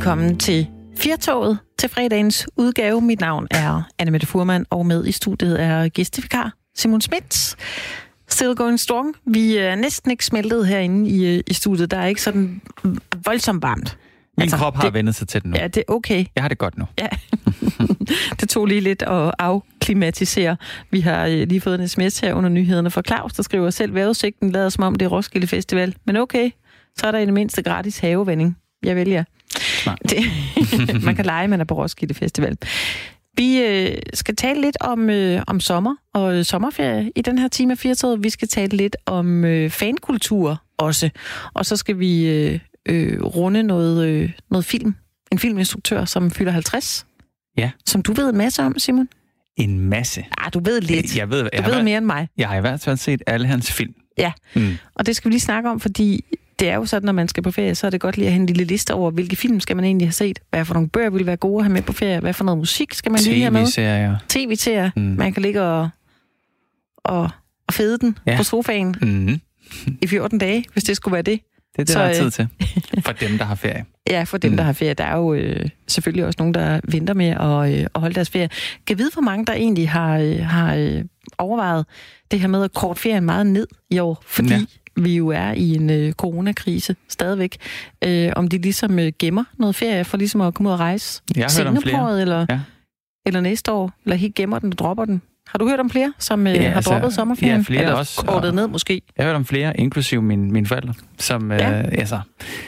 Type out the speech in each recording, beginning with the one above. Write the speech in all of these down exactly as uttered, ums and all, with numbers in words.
Velkommen til Firtoget til fredagens udgave. Mit navn er Anne-Mette Fuhrmann, og med i studiet er gæstevikar Simon Schmidt. Still going strong. Vi er næsten ikke smeltet herinde i, i studiet. Der er ikke sådan voldsomt varmt. Min altså, krop har det, vendt sig til den nu. Ja, det er okay. Jeg har det godt nu. Ja. Det tog lige lidt at afklimatisere. Vi har lige fået en sms her under nyhederne fra Claus, der skriver selv, vejrudsigten lader som om det er Roskilde Festival. Men okay, så er der i det mindste gratis havevending. Jeg vælger. Det, man kan lege, man er på Roskilde Festival. Vi øh, skal tale lidt om, øh, om sommer og sommerferie i den her time af Firtoget. Vi skal tale lidt om øh, fankultur også. Og så skal vi øh, øh, runde noget, øh, noget film. En filminstruktør, som fylder halvtreds. Ja. Som du ved en masse om, Simon. En masse? Ah, du ved lidt. Jeg ved, jeg du ved været, mere end mig. Jeg har i hvert fald set alle hans film. Ja, mm. og det skal vi lige snakke om, fordi det er jo sådan, når man skal på ferie, så er det godt lige at have en lille liste over, hvilke film skal man egentlig have set, hvad for nogle bøger vil være gode at have med på ferie, hvad for noget musik skal man lige have med. T V-serier. T V-serier. Mm. Man kan ligge og, og, og fede den ja. på sofaen mm. i fjorten dage, hvis det skulle være det. Det er det, så, der er tid til. For dem, der har ferie. Ja, for dem, mm. der har ferie. Der er jo øh, selvfølgelig også nogen, der venter med at, øh, at holde deres ferie. Kan vide, hvor mange der egentlig har, øh, har øh, overvejet det her med at korte ferien meget ned i år, fordi ja. vi jo er i en øh, coronakrise stadigvæk. Øh, om de ligesom øh, gemmer noget ferie for ligesom at komme ud og rejse senere på året, eller, ja. eller næste år, eller helt gemmer den og dropper den. Har du hørt om flere, som øh, ja, har altså, droppet sommerferien? Ja, flere eller også. kortet ned måske? Jeg har hørt om flere, inklusive min, mine forældre, som ja. øh, altså,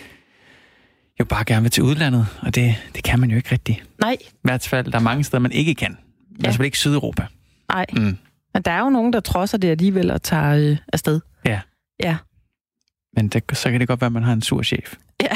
jo bare gerne vil til udlandet, og det, det kan man jo ikke rigtig. Nej. I hvert fald, der er mange steder, man ikke kan. Ja. Altså ikke Sydeuropa. Nej, mm. men der er jo nogen, der trodser det alligevel og tager øh, afsted. Ja. Ja. Men det, så kan det godt være, at man har en sur chef. Ja,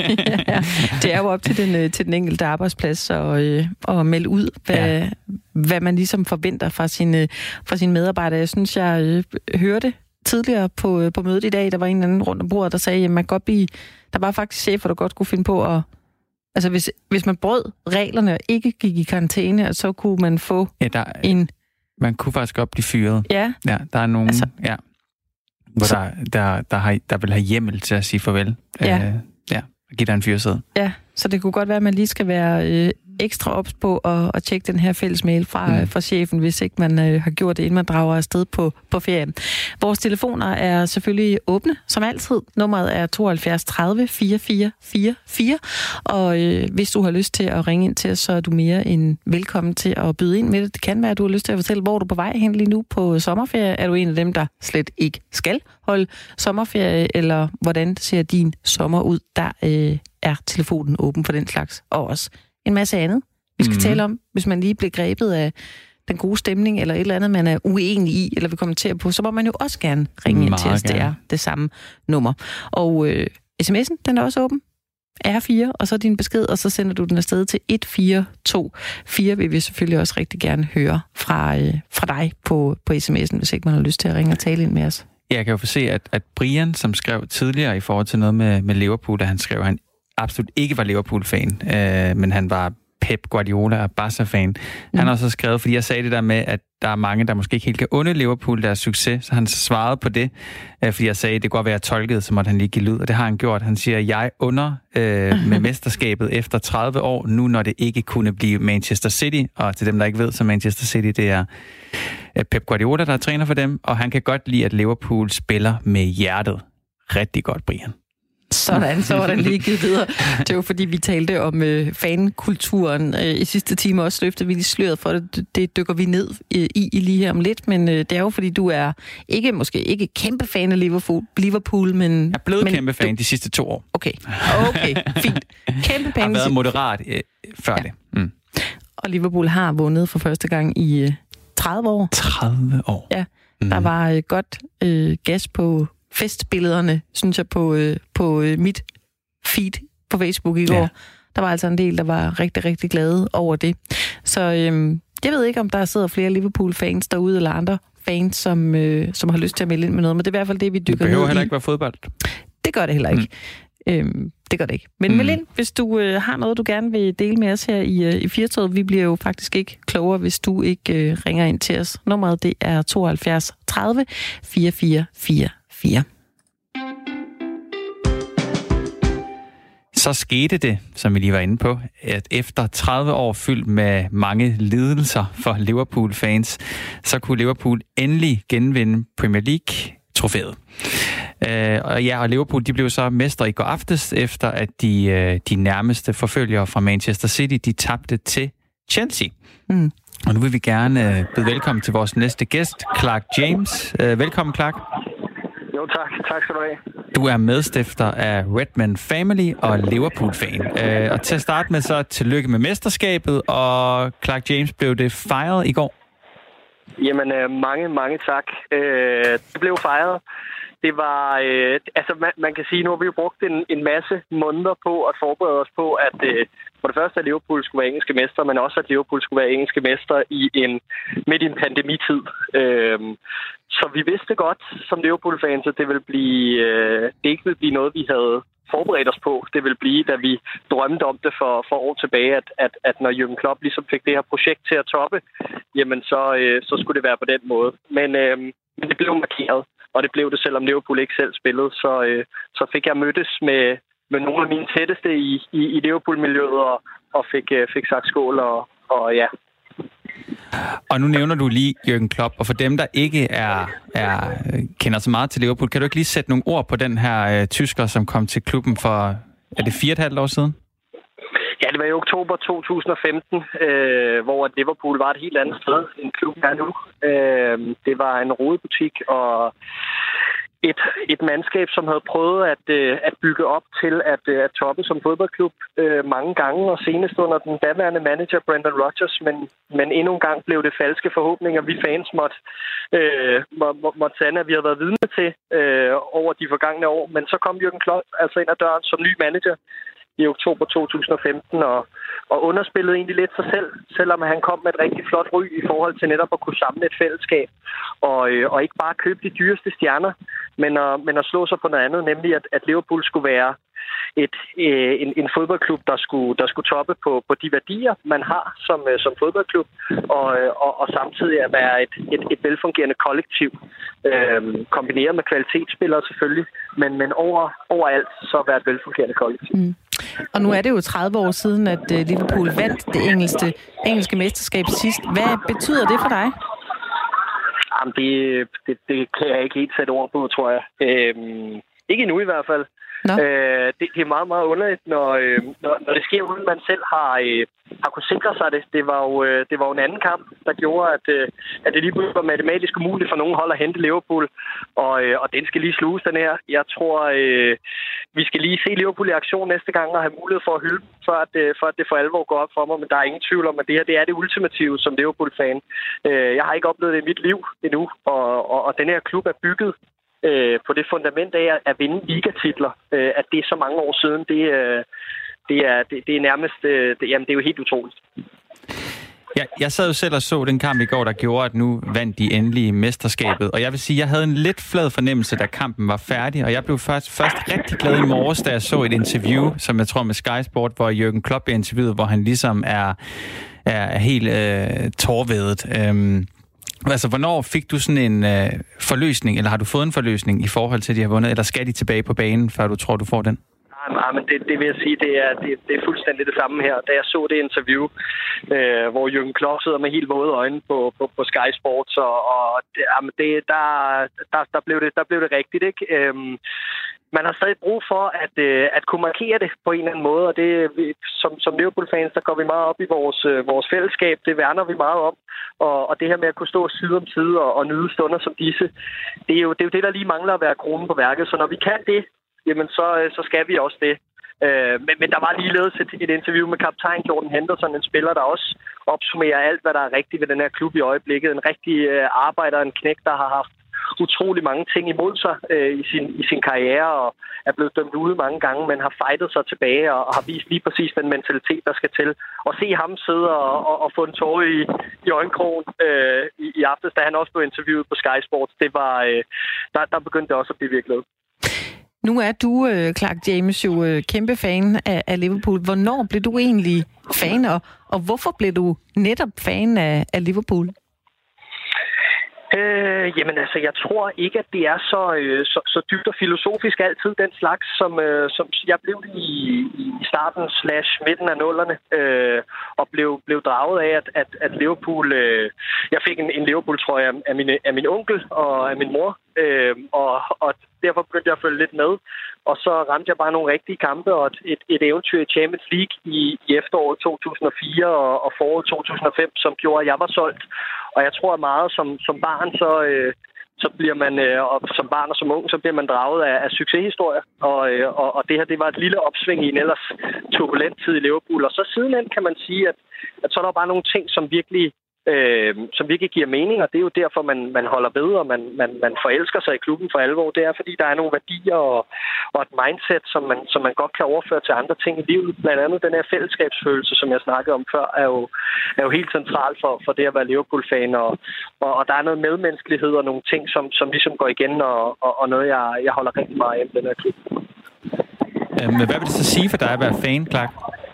ja. Det er jo op til den, til den enkelte arbejdsplads at, øh, at melde ud, hvad, ja. hvad man ligesom forventer fra sine, fra sine medarbejdere. Jeg synes, jeg øh, hørte tidligere på, på mødet i dag, der var en eller anden rundt om bordet, der sagde, at man godt blive, der var faktisk chefer, der godt kunne finde på at... Altså, hvis, hvis man brød reglerne og ikke gik i karantæne, så kunne man få ja, der, en... Man kunne faktisk godt blive fyret. Ja. Ja, der er nogen... Altså, ja. Hvor så, der, der, der, har, der vil have hjemmel til at sige farvel. Ja. Øh, ja, og give dig en fyrsæde. Ja, så det kunne godt være, at man lige skal være øh, ekstra ops på at, at tjekke den her fælles mail fra, mm. fra chefen, hvis ikke man øh, har gjort det, inden man drager afsted på, på ferien. Vores telefoner er selvfølgelig åbne, som altid. Nummeret er tooghalvfjerds tredive fireogfyrre fireogfyrre, og øh, hvis du har lyst til at ringe ind til os, så er du mere end velkommen til at byde ind med det. Det kan være, at du har lyst til at fortælle, hvor du er på vej hen lige nu på sommerferie. Er du en af dem, der slet ikke skal holde sommerferie, eller hvordan ser din sommer ud? Der øh, er telefonen åben for den slags, og også en masse andet. Vi skal mm-hmm. tale om, hvis man lige bliver grebet af den gode stemning, eller et eller andet, man er uenig i, eller vil kommentere på, så må man jo også gerne ringe ind til os. Det er det samme nummer. Og øh, sms'en, den er også åben. R fire, og så din besked, og så sender du den afsted til et fire to fire. Vil vi selvfølgelig også rigtig gerne høre fra, øh, fra dig på, på sms'en, hvis ikke man har lyst til at ringe og tale ind med os. Jeg kan jo få se, at, at Brian, som skrev tidligere i forhold til noget med, med Liverpool, da han skrev, at han absolut ikke var Liverpool-fan, øh, men han var Pep Guardiola og Barca-fan. Mm. Han har også skrevet, fordi jeg sagde det der med, at der er mange, der måske ikke helt kan unde Liverpool deres succes, så han svarede på det, øh, fordi jeg sagde, at det kunne godt være, at jeg tolkede, så måtte han lige give lyd, og det har han gjort. Han siger, at jeg under øh, med mesterskabet efter tredive år, nu når det ikke kunne blive Manchester City, og til dem, der ikke ved, så Manchester City, det er øh, Pep Guardiola, der er træner for dem, og han kan godt lide, at Liverpool spiller med hjertet. Rigtig godt, Brian. Sådan, så var den lige givet videre. Det var fordi, vi talte om øh, fankulturen øh, i sidste time, også løftede vi lige sløret for det. Det dykker vi ned øh, i, i lige her om lidt, men øh, det er jo fordi, du er ikke måske ikke kæmpe fan af Liverpool, Liverpool men... Jeg er blevet men, kæmpe fan du... de sidste to år. Okay, okay, fint. Kæmpe fan. Jeg har været moderat øh, før ja. det. Mm. Og Liverpool har vundet for første gang i øh, tredive år. tredive år? Ja, mm. der var øh, godt øh, gas på festbillederne, synes jeg, på, øh, på øh, mit feed på Facebook i går. Ja. Der var altså en del, der var rigtig, rigtig glade over det. Så øh, jeg ved ikke, om der sidder flere Liverpool-fans derude, eller andre fans, som, øh, som har lyst til at melde ind med noget, men det er i hvert fald det, vi dykker ned i. Det behøver heller ikke være fodbold. Det gør det heller ikke. Mm. Øhm, det gør det ikke. Men mm. meld ind, hvis du øh, har noget, du gerne vil dele med os her i, øh, i Firtoget. Vi bliver jo faktisk ikke klogere, hvis du ikke øh, ringer ind til os. Nummeret, det er tooghalvfjerds tredive fireogfyrre fireogfyrre. så skete det, som vi lige var inde på, at efter tredive år fyldt med mange lidelser for Liverpool-fans, så kunne Liverpool endelig genvinde Premier League-trofæet. Uh, og ja, og Liverpool, de blev så mestre i går aftes, efter at de, uh, de nærmeste forfølgere fra Manchester City, de tabte til Chelsea. Mm. Og nu vil vi gerne uh, byde velkommen til vores næste gæst, Clark James. Uh, velkommen, Clark. Jo, tak. Tak skal du have. Du er medstifter af Redman Family og Liverpool-fan. Uh, og til at starte med, så tillykke med mesterskabet, og Clark James, blev det fejret i går? Jamen, uh, mange, mange tak. Uh, det blev fejret. Det var, øh, altså man, man kan sige, nu har vi jo brugt en, en masse måneder på at forberede os på, at øh, for det første, at Liverpool skulle være engelske mestre, men også, at Liverpool skulle være engelske mestre i en, midt i en pandemitid. Øh, så vi vidste godt, som Liverpool-fans, at det ville blive, øh, det ikke ville blive noget, vi havde forberedt os på. Det ville blive, da vi drømte om det for, for år tilbage, at, at, at når Jürgen Klopp ligesom fik det her projekt til at toppe, jamen så, øh, så skulle det være på den måde. Men, øh, men det blev markeret. Og det blev det, selvom Liverpool ikke selv spillede. Så, øh, så fik jeg mødtes med, med nogle af mine tætteste i, i, i Liverpool-miljøet, og, og fik, øh, fik sagt skål, og, og ja. Og nu nævner du lige Jürgen Klopp, og for dem, der ikke er, er kender så meget til Liverpool, kan du ikke lige sætte nogle ord på den her øh, tysker, som kom til klubben for, er det fire og et halvt år siden? Ja, det var i oktober to tusind og femten, øh, hvor Liverpool var et helt andet sted end klubben er nu. Øh, det var en rodebutik og et, et mandskab, som havde prøvet at, øh, at bygge op til at, øh, at toppe som fodboldklub øh, mange gange, og senest under den daværende manager Brendan Rodgers, men, men endnu en gang blev det falske forhåbninger, vi fans måtte, øh, må, må, måtte sande, at vi havde været vidne til øh, over de forgangne år. Men så kom Jürgen Klopp altså ind ad døren som ny manager i oktober to tusind og femten, og, og underspillede egentlig lidt sig selv, selvom han kom med et rigtig flot ry i forhold til netop at kunne samle et fællesskab, og, øh, og ikke bare købe de dyreste stjerner, men at, men at slå sig på noget andet, nemlig at, at Liverpool skulle være et, øh, en, en fodboldklub, der skulle, der skulle toppe på, på de værdier, man har som, øh, som fodboldklub, og, og, og samtidig at være et, et, et velfungerende kollektiv, øh, kombineret med kvalitetsspillere selvfølgelig, men, men over, overalt så være et velfungerende kollektiv. Mm. Og nu er det jo tredive år siden, at Liverpool vandt det engelske, engelske mesterskab sidst. Hvad betyder det for dig? Jamen, det, det, det kan jeg ikke helt sætte ord på, tror jeg. Øhm, ikke endnu i hvert fald. No. Øh, det, det er meget, meget underligt, når, øh, når, når det sker, uden man selv har, øh, har kunnet sikre sig det. Det var, jo, øh, det var jo en anden kamp, der gjorde, at, øh, at det lige pludselig var matematisk umuligt for nogen hold at hente Liverpool. Og, øh, og den skal lige sluges, den her. Jeg tror, øh, vi skal lige se Liverpool i aktion næste gang og have mulighed for at hylde, for at, øh, for at det for alvor går op for mig. Men der er ingen tvivl om, at det her det er det ultimative som Liverpool-fan. Øh, jeg har ikke oplevet det i mit liv endnu, og, og, og den her klub er bygget Øh, på det fundament af at vinde ligatitler, øh, at det er så mange år siden, det, øh, det, er, det, det er nærmest, øh, det, jamen det er jo helt utroligt. Ja, jeg sad jo selv og så den kamp i går, der gjorde, at nu vandt de endelig mesterskabet. Og jeg vil sige, jeg havde en lidt flad fornemmelse, da kampen var færdig. Og jeg blev først, først rigtig glad i morges, da jeg så et interview, som jeg tror med Sky Sport, hvor Jürgen Klopp blev interviewet, hvor han ligesom er, er helt øh, tårvedet. Øhm, Altså, hvornår fik du sådan en øh, forløsning, eller har du fået en forløsning i forhold til, at de har vundet, eller skal de tilbage på banen, før du tror, du får den? Nej, men det, det vil jeg sige, det er, det, det er fuldstændig det samme her. Da jeg så det interview, øh, hvor Jürgen Klopp sidder med helt våde øjne på, på, på Sky Sports, og, og det, jamen det, der, der, der, blev det, der blev det rigtigt, ikke? Øhm, man har stadig brug for at, øh, at kunne markere det på en eller anden måde, og det, som, som Liverpool-fans, der går vi meget op i vores, øh, vores fællesskab, det værner vi meget om, og, og det her med at kunne stå side om side og, og nyde stunder som disse, det er, jo, det er jo det, der lige mangler at være kronen på værket, så når vi kan det, jamen så, så skal vi også det. Øh, men, men der var ligeledes et, et interview med kaptajn Jordan Henderson, en spiller, der også opsummerer alt, hvad der er rigtigt ved den her klub i øjeblikket. En rigtig øh, arbejder, en knægt, der har haft utrolig mange ting imod sig øh, i, sin, i sin karriere, og er blevet dømt ude mange gange, men har fightet sig tilbage og, og har vist lige præcis den mentalitet, der skal til. Og se ham sidde og, og, og få en tåre i, i øjenkrogen øh, i, i aftes, da han også blev interviewet på Sky Sports, det var, øh, der, der begyndte det også at blive virkelighed. Nu er du, Clark James, jo kæmpe fan af, af Liverpool. Hvornår blev du egentlig fan, og, og hvorfor blev du netop fan af, af Liverpool? Øh, jamen altså, jeg tror ikke, at det er så, øh, så, så dybt og filosofisk altid den slags, som, øh, som jeg blev i, i starten slash midten af nullerne, øh, og blev, blev draget af, at, at, at Liverpool... Øh, jeg fik en, en Liverpool-trøje af, af, min, af min onkel og af min mor, øh, og, og derfor begyndte jeg at følge lidt med. Og så ramte jeg bare nogle rigtige kampe og et, et, et eventyr i Champions League i, i efteråret to tusind og fire og, og foråret to tusind og fem, som gjorde, at jeg var solgt. Og jeg tror meget, som, som barn, så, øh, så bliver man, øh, og som barn og som ung, så bliver man draget af, af succeshistorier. Og, øh, og, og det her, det var et lille opsving i en ellers turbulent tid i Liverpool. Og så sidenhen kan man sige, at, at så er der bare nogle ting, som virkelig, øh, som virkelig giver mening. Og det er jo derfor, man, man holder ved, og man, man, man forelsker sig i klubben for alvor. Det er, fordi der er nogle værdier og, og et mindset, som man, som man godt kan overføre til andre ting i livet. Blandt andet den her fællesskabsfølelse, som jeg snakkede om før, er jo, er jo helt central for, for det at være Liverpool-fan. Og, og, og der er noget medmenneskelighed og nogle ting, som, som ligesom går igen, og, og, og noget, jeg, jeg holder rigtig meget af den her klub. Men hvad vil det så sige for dig at være fan, Clark?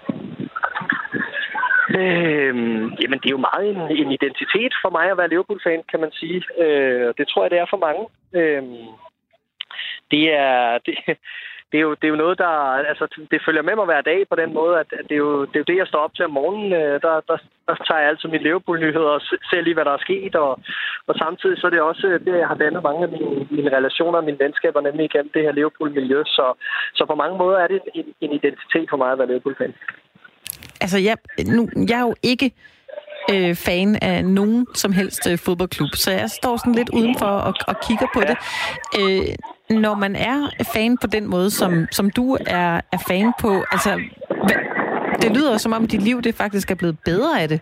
Øhm, jamen, det er jo meget en, en identitet for mig at være Liverpool-fan, kan man sige. Øh, det tror jeg, det er for mange. Øh, det er... Det, Det er, jo, det er jo noget, der... Altså, det følger med mig hver dag på den måde, at, at det, er jo, det er jo det, jeg står op til om morgenen. Der, der, der tager jeg altid mine Liverpool-nyheder og ser lige, hvad der er sket. Og, og samtidig så er det også det, jeg har dannet mange af mine, mine relationer og mine venskaber, nemlig igennem det her Liverpool-miljø. Så, så på mange måder er det en, en identitet for mig at være Liverpool-fan. Altså, jeg, nu, jeg er jo ikke øh, fan af nogen som helst øh, fodboldklub, så jeg står sådan lidt udenfor og, og kigger på ja. det. Øh, når man er fan på den måde, som, som du er, er fan på, altså, hvad, det lyder som om dit liv det faktisk er blevet bedre af det.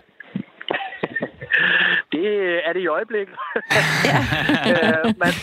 Det er det i øjeblikket. man,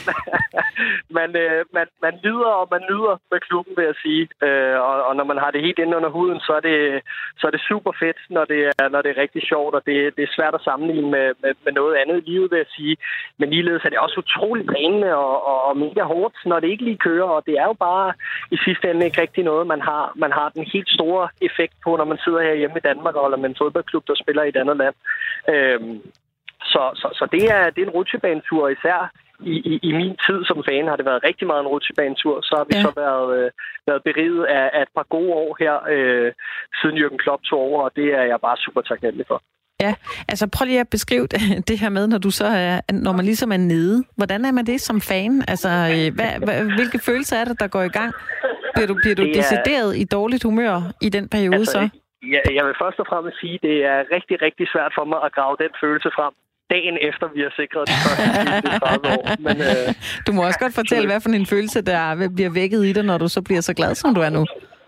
man, man, man lider, og man nyder med klubben, vil jeg sige. Og, og når man har det helt inde under huden, så er det, så er det super fedt, når det er, når det er rigtig sjovt, og det, det er svært at sammenligne med, med, med noget andet i livet, vil jeg sige. Men ligeledes er det også utroligt drænende og, og, og mega hårdt, når det ikke lige kører, og det er jo bare i sidste ende ikke rigtig noget, man har, man har den helt store effekt på, når man sidder her hjemme i Danmark og holder med en fodboldklub, der spiller i et andet land. Øhm, Så, så, så det, er, det er en rutsjebanetur, især i, i, i min tid som fan har det været rigtig meget en rutsjebanetur. Så har vi ja. så været, øh, været beriget af, af et par gode år her, øh, siden Jürgen Klopp tog over, og det er jeg bare super taknemmelig for. Ja, altså prøv lige at beskrive det her med, når du så er, når man ligesom er nede. Hvordan er man det som fan? Altså, hvad, hvad, hvilke følelser er det, der går i gang? Bliver du, bliver du er... decideret i dårligt humør i den periode altså, så? Ja, jeg vil først og fremmest sige, at det er rigtig, rigtig svært for mig at grave den følelse frem dagen efter, vi har sikret de første tredive år. Men, øh, du må også godt fortælle, hvad for en følelse, der bliver vækket i dig, når du så bliver så glad, som du er nu.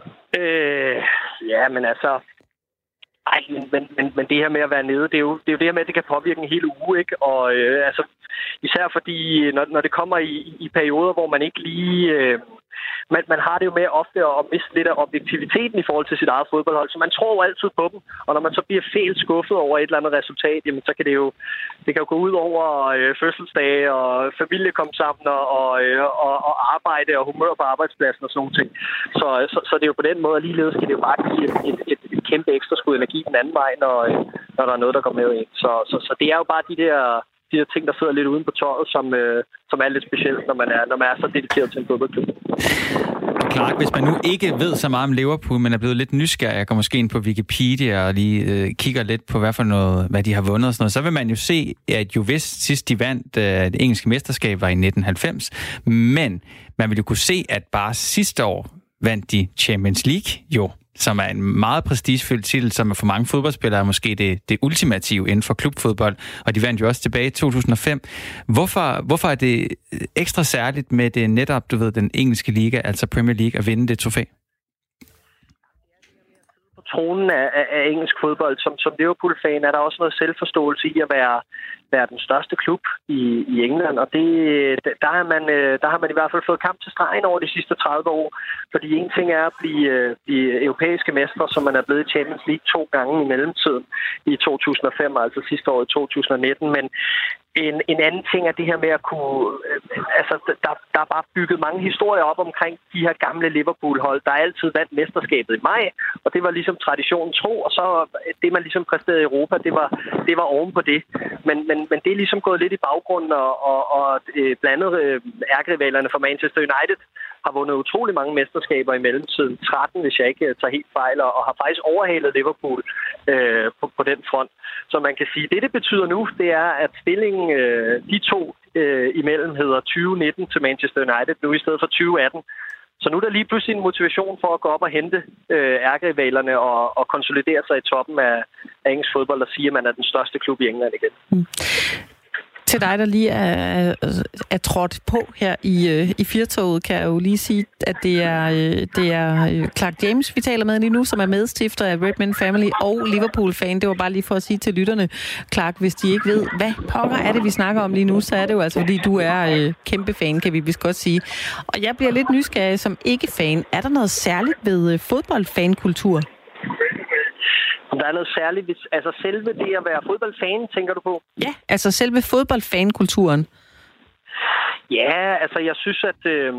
Øh, ja, men altså... Ej, men, men, men det her med at være nede, det er jo det, er jo det her med, at det kan påvirke en hel uge, ikke? Og øh, altså, især fordi, når, når det kommer i, i perioder, hvor man ikke lige... Øh, Man, man har det jo med ofte at miste lidt af objektiviteten i forhold til sit eget fodboldhold, så man tror jo altid på dem, og når man så bliver fælt skuffet over et eller andet resultat, jamen så kan det jo, det kan jo gå ud over øh, fødselsdage og familie komme sammen og, og, øh, og, og arbejde og humør på arbejdspladsen og sådan nogle ting. Så, så, så det er jo på den måde, at ligeledes kan det jo bare give et, et, et, et kæmpe ekstra skud energi den anden vej, når, når der er noget, der går med ind. Så, så, så det er jo bare de der... de her ting, der sidder lidt uden på tøjet, som, øh, som er lidt specielt, når man er, når man er så dedikeret til en fodboldklub. Clark, hvis man nu ikke ved så meget om Liverpool, men er blevet lidt nysgerrig, jeg går måske ind på Wikipedia og lige øh, kigger lidt på, hvad for noget, hvad de har vundet og sådan noget, så vil man jo se, at jo vist sidst de vandt øh, det engelske mesterskab var i nitten halvfems, men man vil jo kunne se, at bare sidste år vandt de Champions League jo, som er en meget prestigefyldt titel, som er for mange fodboldspillere måske det, det ultimative inden for klubfodbold, og de vandt jo også tilbage i to tusind og fem. Hvorfor, hvorfor er det ekstra særligt med det netop, du ved, den engelske liga, altså Premier League, at vinde det trofæ? På tronen af, af, af engelsk fodbold, som, som Liverpool-fan, er der også noget selvforståelse i at være være den største klub i, i England, og det, der, har man, der har man i hvert fald fået kamp til stregen over de sidste tredive år, fordi en ting er at blive, blive europæiske mestre, som man er blevet i Champions League to gange i mellemtiden i to tusind og fem, altså sidste år i to tusind og nitten, men En, en anden ting er det her med at kunne... Øh, altså, der, der er bare bygget mange historier op omkring de her gamle Liverpool-hold. Der er altid vandt mesterskabet i maj, og det var ligesom traditionen tro, og så det, man ligesom præsterede i Europa, det var, det var oven på det. Men, men, men det er ligesom gået lidt i baggrunden, og, og, og øh, blandt andet øh, ærkerivalerne fra Manchester United har vundet utrolig mange mesterskaber i mellemtiden. tretten, hvis jeg ikke tager helt fejl, og har faktisk overhalet Liverpool øh, på, på den front. Så man kan sige, det det betyder nu, det er, at stillingen øh, de to øh, imellem hedder tyve nitten til Manchester United nu i stedet for tyve atten. Så nu er der lige pludselig en motivation for at gå op og hente øh, ærkerivalerne og, og konsolidere sig i toppen af, af engelsk fodbold og sige, at man er den største klub i England igen. Mm. Til dig, der lige er, er trådt på her i, i firtoget, kan jeg jo lige sige, at det er, det er Clark James, vi taler med lige nu, som er medstifter af Redman Family og Liverpool-fan. Det var bare lige for at sige til lytterne, Clark, hvis de ikke ved, hvad pokker er det, vi snakker om lige nu, så er det jo altså, fordi du er øh, kæmpe fan, kan vi vist godt sige. Og jeg bliver lidt nysgerrig som ikke-fan. Er der noget særligt ved øh, fodboldfankultur? Om der er noget særligt, hvis, altså selve det at være fodboldfan, tænker du på? Ja, altså selve fodboldfankulturen. Ja, altså jeg synes, at... Øh,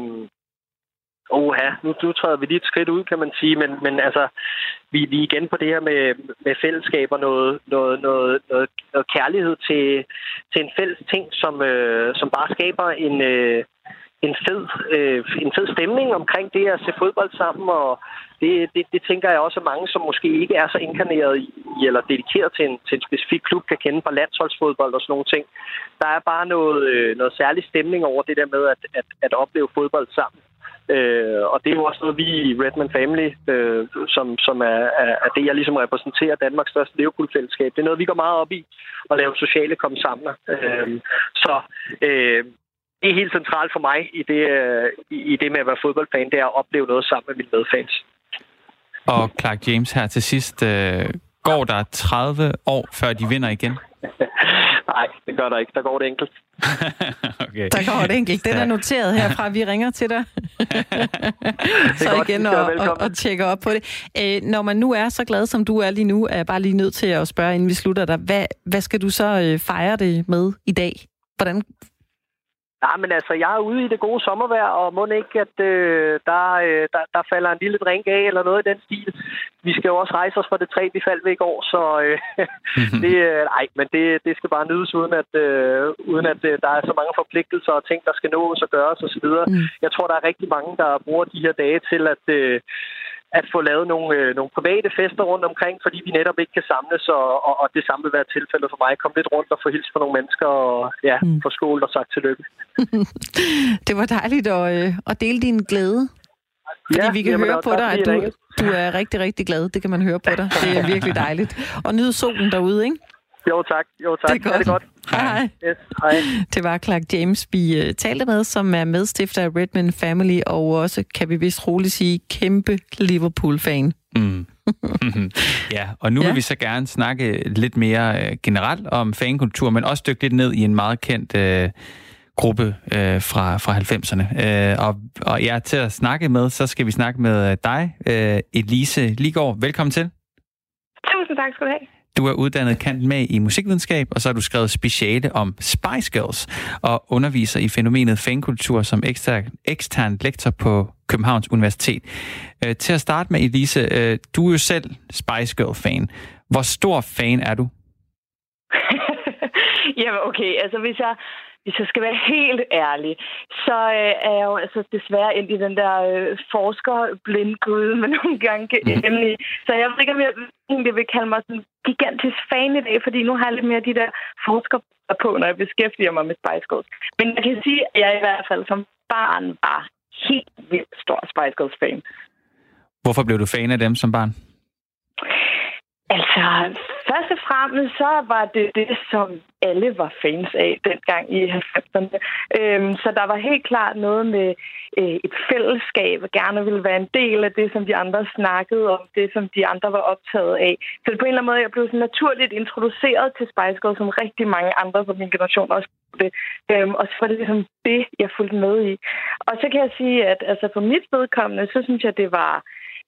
oha, nu, nu træder vi lige et skridt ud, kan man sige, men, men altså, vi, vi er igen på det her med, med fællesskab og noget, noget, noget, noget, noget kærlighed til, til en fælles ting, som, øh, som bare skaber en... Øh, En fed, øh, en fed stemning omkring det at se fodbold sammen, og det, det, det tænker jeg også, at mange, som måske ikke er så inkarneret i, eller dedikeret til en, til en specifik klub, kan kende fra landsholdsfodbold og sådan nogle ting. Der er bare noget, øh, noget særlig stemning over det der med at, at, at opleve fodbold sammen. Øh, og det er jo også noget, vi i Redman Family, øh, som, som er, er, er det, jeg ligesom repræsenterer, Danmarks største Liverpool-fællesskab. Det er noget, vi går meget op i, at lave sociale komme sammen. Øh, så... Øh, Det er helt centralt for mig i det, i det med at være fodboldfan, det er at opleve noget sammen med mine medfans. Og Clark James her til sidst, øh, går der tredive år, før de vinder igen? Nej, det gør der ikke. Der går det enkelt. Okay. Der går det enkelt. Den er noteret herfra. Vi ringer til dig. så godt, igen og, og, og tjekker op på det. Æ, når man nu er så glad, som du er lige nu, er jeg bare lige nødt til at spørge, inden vi slutter dig. Hvad, hvad skal du så øh, fejre det med i dag? Hvordan... Nej, men altså, jeg er ude i det gode sommervejr, og må ikke, at øh, der, øh, der, der falder en lille drink af, eller noget i den stil. Vi skal jo også rejse os for det træ, vi faldt ved i går, så øh, det, øh, nej, men det, det skal bare nydes, uden at, øh, uden at øh, der er så mange forpligtelser og ting, der skal nås og gøres osv. Mm. Jeg tror, der er rigtig mange, der bruger de her dage til at... Øh, at få lavet nogle, øh, nogle private fester rundt omkring, fordi vi netop ikke kan samles, og, og, og det samme vil være tilfældet for mig. Kom lidt rundt og få hilst på nogle mennesker, og ja, mm. få skål og sagt tillykke. Det var dejligt at, øh, at dele din glæde. Fordi ja, vi kan jamen, høre på dig, at du, du er rigtig, rigtig glad. Det kan man høre på dig. Det er virkelig dejligt. Og nyde solen derude, ikke? Jo tak, jo tak. Det er godt. Det er godt. Hej. Yes, hej. Det var Clark James, vi uh, talte med, som er medstifter af Redman Family, og også, kan vi vist roligt sige, kæmpe Liverpool-fan. Mm. Ja, og nu ja. vil vi så gerne snakke lidt mere uh, generelt om fankultur, men også dykke lidt ned i en meget kendt uh, gruppe uh, fra, fra halvfemserne. Uh, og, og ja, til at snakke med, så skal vi snakke med dig, uh, Elise Liggaard. Velkommen til. Tusind tak skal du have. Du er uddannet kant med i musikvidenskab, og så har du skrevet speciale om Spice Girls og underviser i fænomenet fankultur som ekstern, ekstern lektor på Københavns Universitet. Øh, til at starte med, Elise, øh, du er jo selv Spice Girl-fan. Hvor stor fan er du? Jamen okay, altså hvis jeg, hvis jeg skal være helt ærlig, så øh, er jeg jo altså desværre ind i den der øh, forskerblindgryde, men nogle gange mm. i. Så jeg ved ikke, om jeg egentlig vil kalde mig sådan gigantisk fan i dag, fordi nu har jeg lidt mere de der forskere på, når jeg beskæftiger mig med Spice Girls. Men jeg kan sige, at jeg i hvert fald som barn var helt vildt stor Spice Girls-fan. Hvorfor blev du fan af dem som barn? Altså, først og fremmest så var det det, som alle var fans af dengang i halvfemserne. Øhm, så der var helt klart noget med øh, et fællesskab, og gerne ville være en del af det, som de andre snakkede om, det, som de andre var optaget af. Så på en eller anden måde, jeg blev så naturligt introduceret til Spice Girls, som rigtig mange andre på min generation også det. Øhm, og så var det ligesom det, jeg fulgte med i. Og så kan jeg sige, at altså, på mit vedkommende, så synes jeg, det var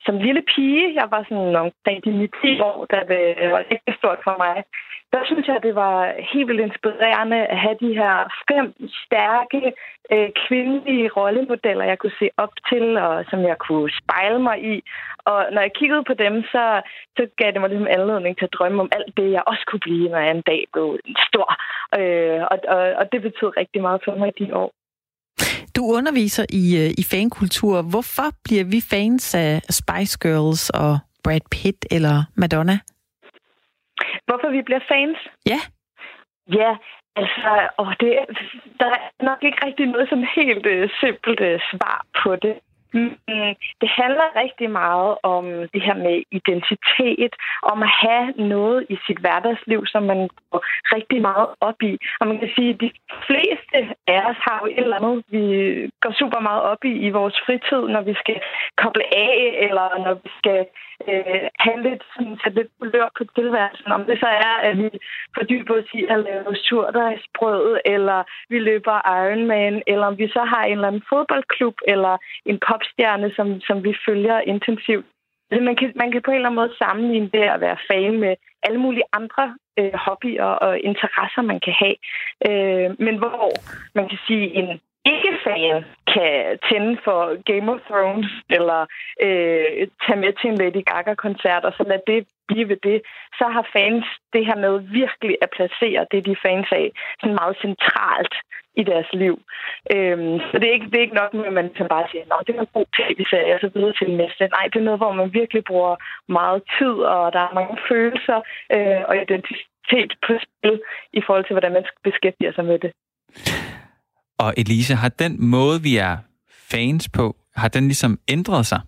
som lille pige, jeg var sådan omkring de ni år, da det var rigtig stort for mig, der synes jeg, det var helt vildt inspirerende at have de her fem stærke øh, kvindelige rollemodeller, jeg kunne se op til, og som jeg kunne spejle mig i. Og når jeg kiggede på dem, så, så gav det mig ligesom anledning til at drømme om alt det, jeg også kunne blive, når jeg en dag blev stor. Øh, og, og, og det betød rigtig meget for mig i de år. Du underviser i, i fankultur. Hvorfor bliver vi fans af Spice Girls og Brad Pitt eller Madonna? Hvorfor vi bliver fans? Ja. Ja, altså, og det, der er nok ikke rigtig noget som helt uh, simpelt uh, svar på det. Mm, det handler rigtig meget om det her med identitet, om at have noget i sit hverdagsliv, som man går rigtig meget op i. Og man kan sige, at de fleste af os har jo et eller andet, vi går super meget op i i vores fritid, når vi skal koble af, eller når vi skal øh, have lidt, sådan, sætte lidt kulør på tilværelsen. Om det så er, at vi fordyber os i at lave surdejsbrød, eller vi løber Ironman, eller om vi så har en eller anden fodboldklub, eller en popstjerne, som, som vi følger intensivt. Altså, man, kan, man kan på en eller anden måde sammenligne det at være fan med alle mulige andre øh, hobbyer og interesser, man kan have. Øh, men hvor man kan sige, en ikke-fan kan tænde for Game of Thrones, eller øh, tage med til en Lady Gaga-koncert, og så lade det blive ved det, så har fans det her med virkelig at placere det, de fans af, sådan meget centralt i deres liv. Øhm, så det er, ikke, det er ikke nok med, at man kan bare sige, at det er en god tv-serie, og så videre til den næste. Nej, det er noget, hvor man virkelig bruger meget tid, og der er mange følelser øh, og identitet på spil i forhold til, hvordan man beskæftiger sig med det. Og Elise, har den måde, vi er fans på, har den ligesom ændret sig?